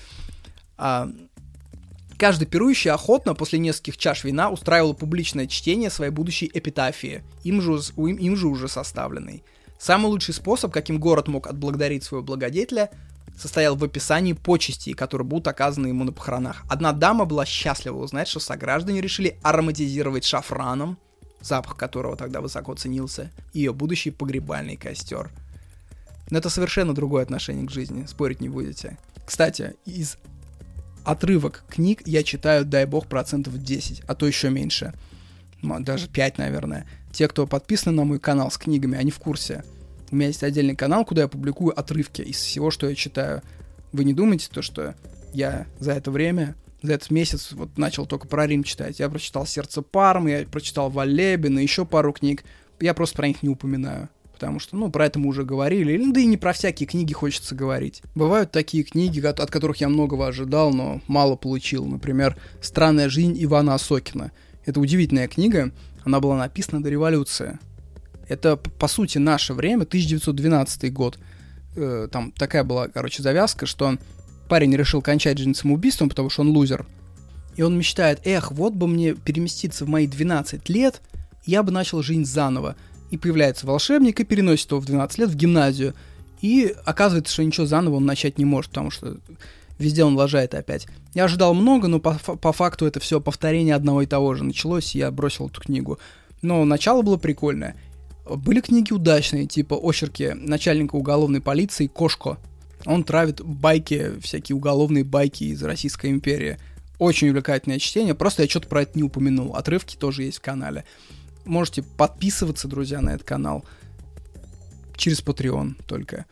А... Каждый пирующий охотно после нескольких чаш вина устраивал публичное чтение своей будущей эпитафии, им же, им, им же уже составленной. Самый лучший способ, каким город мог отблагодарить своего благодетеля, состоял в описании почестей, которые будут оказаны ему на похоронах. Одна дама была счастлива узнать, что сограждане решили ароматизировать шафраном, запах которого тогда высоко ценился, ее будущий погребальный костер. Но это совершенно другое отношение к жизни, спорить не будете. Кстати, из отрывок книг я читаю, дай бог, процентов десять, а то еще меньше. Даже пять, наверное. Те, кто подписаны на мой канал с книгами, они в курсе. У меня есть отдельный канал, куда я публикую отрывки из всего, что я читаю. Вы не думаете, то, что я за это время, за этот месяц вот начал только про Рим читать. Я прочитал «Сердце Пармы», я прочитал Валлебина, еще пару книг. Я просто про них не упоминаю. Потому что, ну, про это мы уже говорили. Да и не про всякие книги хочется говорить. Бывают такие книги, от, от которых я многого ожидал, но мало получил. Например, «Странная жизнь Ивана Осокина». Это удивительная книга. Она была написана до революции. Это, по сути, наше время, тысяча девятьсот двенадцатый год. Э, там такая была, короче, завязка, что парень решил кончать жизнь самоубийством, потому что он лузер. И он мечтает: эх, вот бы мне переместиться в мои двенадцать лет, я бы начал жизнь заново. И появляется волшебник и переносит его в двенадцать лет в гимназию. И оказывается, что ничего заново он начать не может, потому что везде он лажает опять. Я ожидал много, но по, по факту это все повторение одного и того же началось, и я бросил эту книгу. Но начало было прикольное. Были книги удачные, типа очерки начальника уголовной полиции Кошко. Он травит байки, всякие уголовные байки из Российской империи. Очень увлекательное чтение, просто я что-то про это не упомянул. Отрывки тоже есть в канале. Можете подписываться, друзья, на этот канал через Patreon только.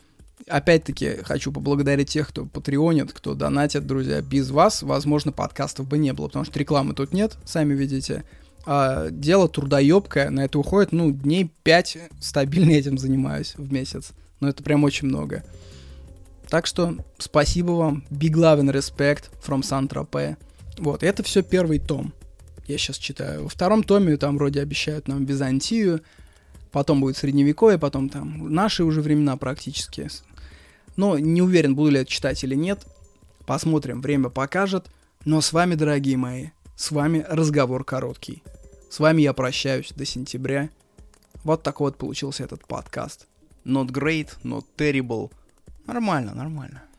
Опять-таки, хочу поблагодарить тех, кто патреонит, кто донатит, друзья. Без вас, возможно, подкастов бы не было, потому что рекламы тут нет, сами видите. А дело трудоебкое, на это уходит, ну, дней пять стабильно этим занимаюсь в месяц. Но это прям очень много. Так что спасибо вам. Big love and respect from Saint-Tropez. Вот, это все первый том. Я сейчас читаю. Во втором томе там вроде обещают нам Византию, потом будет Средневековье, потом там наши уже времена практически. Но не уверен, буду ли это читать или нет. Посмотрим, время покажет. Но с вами, дорогие мои, с вами разговор короткий. С вами я прощаюсь до сентября. Вот такой вот получился этот подкаст. Not great, not terrible. Нормально, нормально.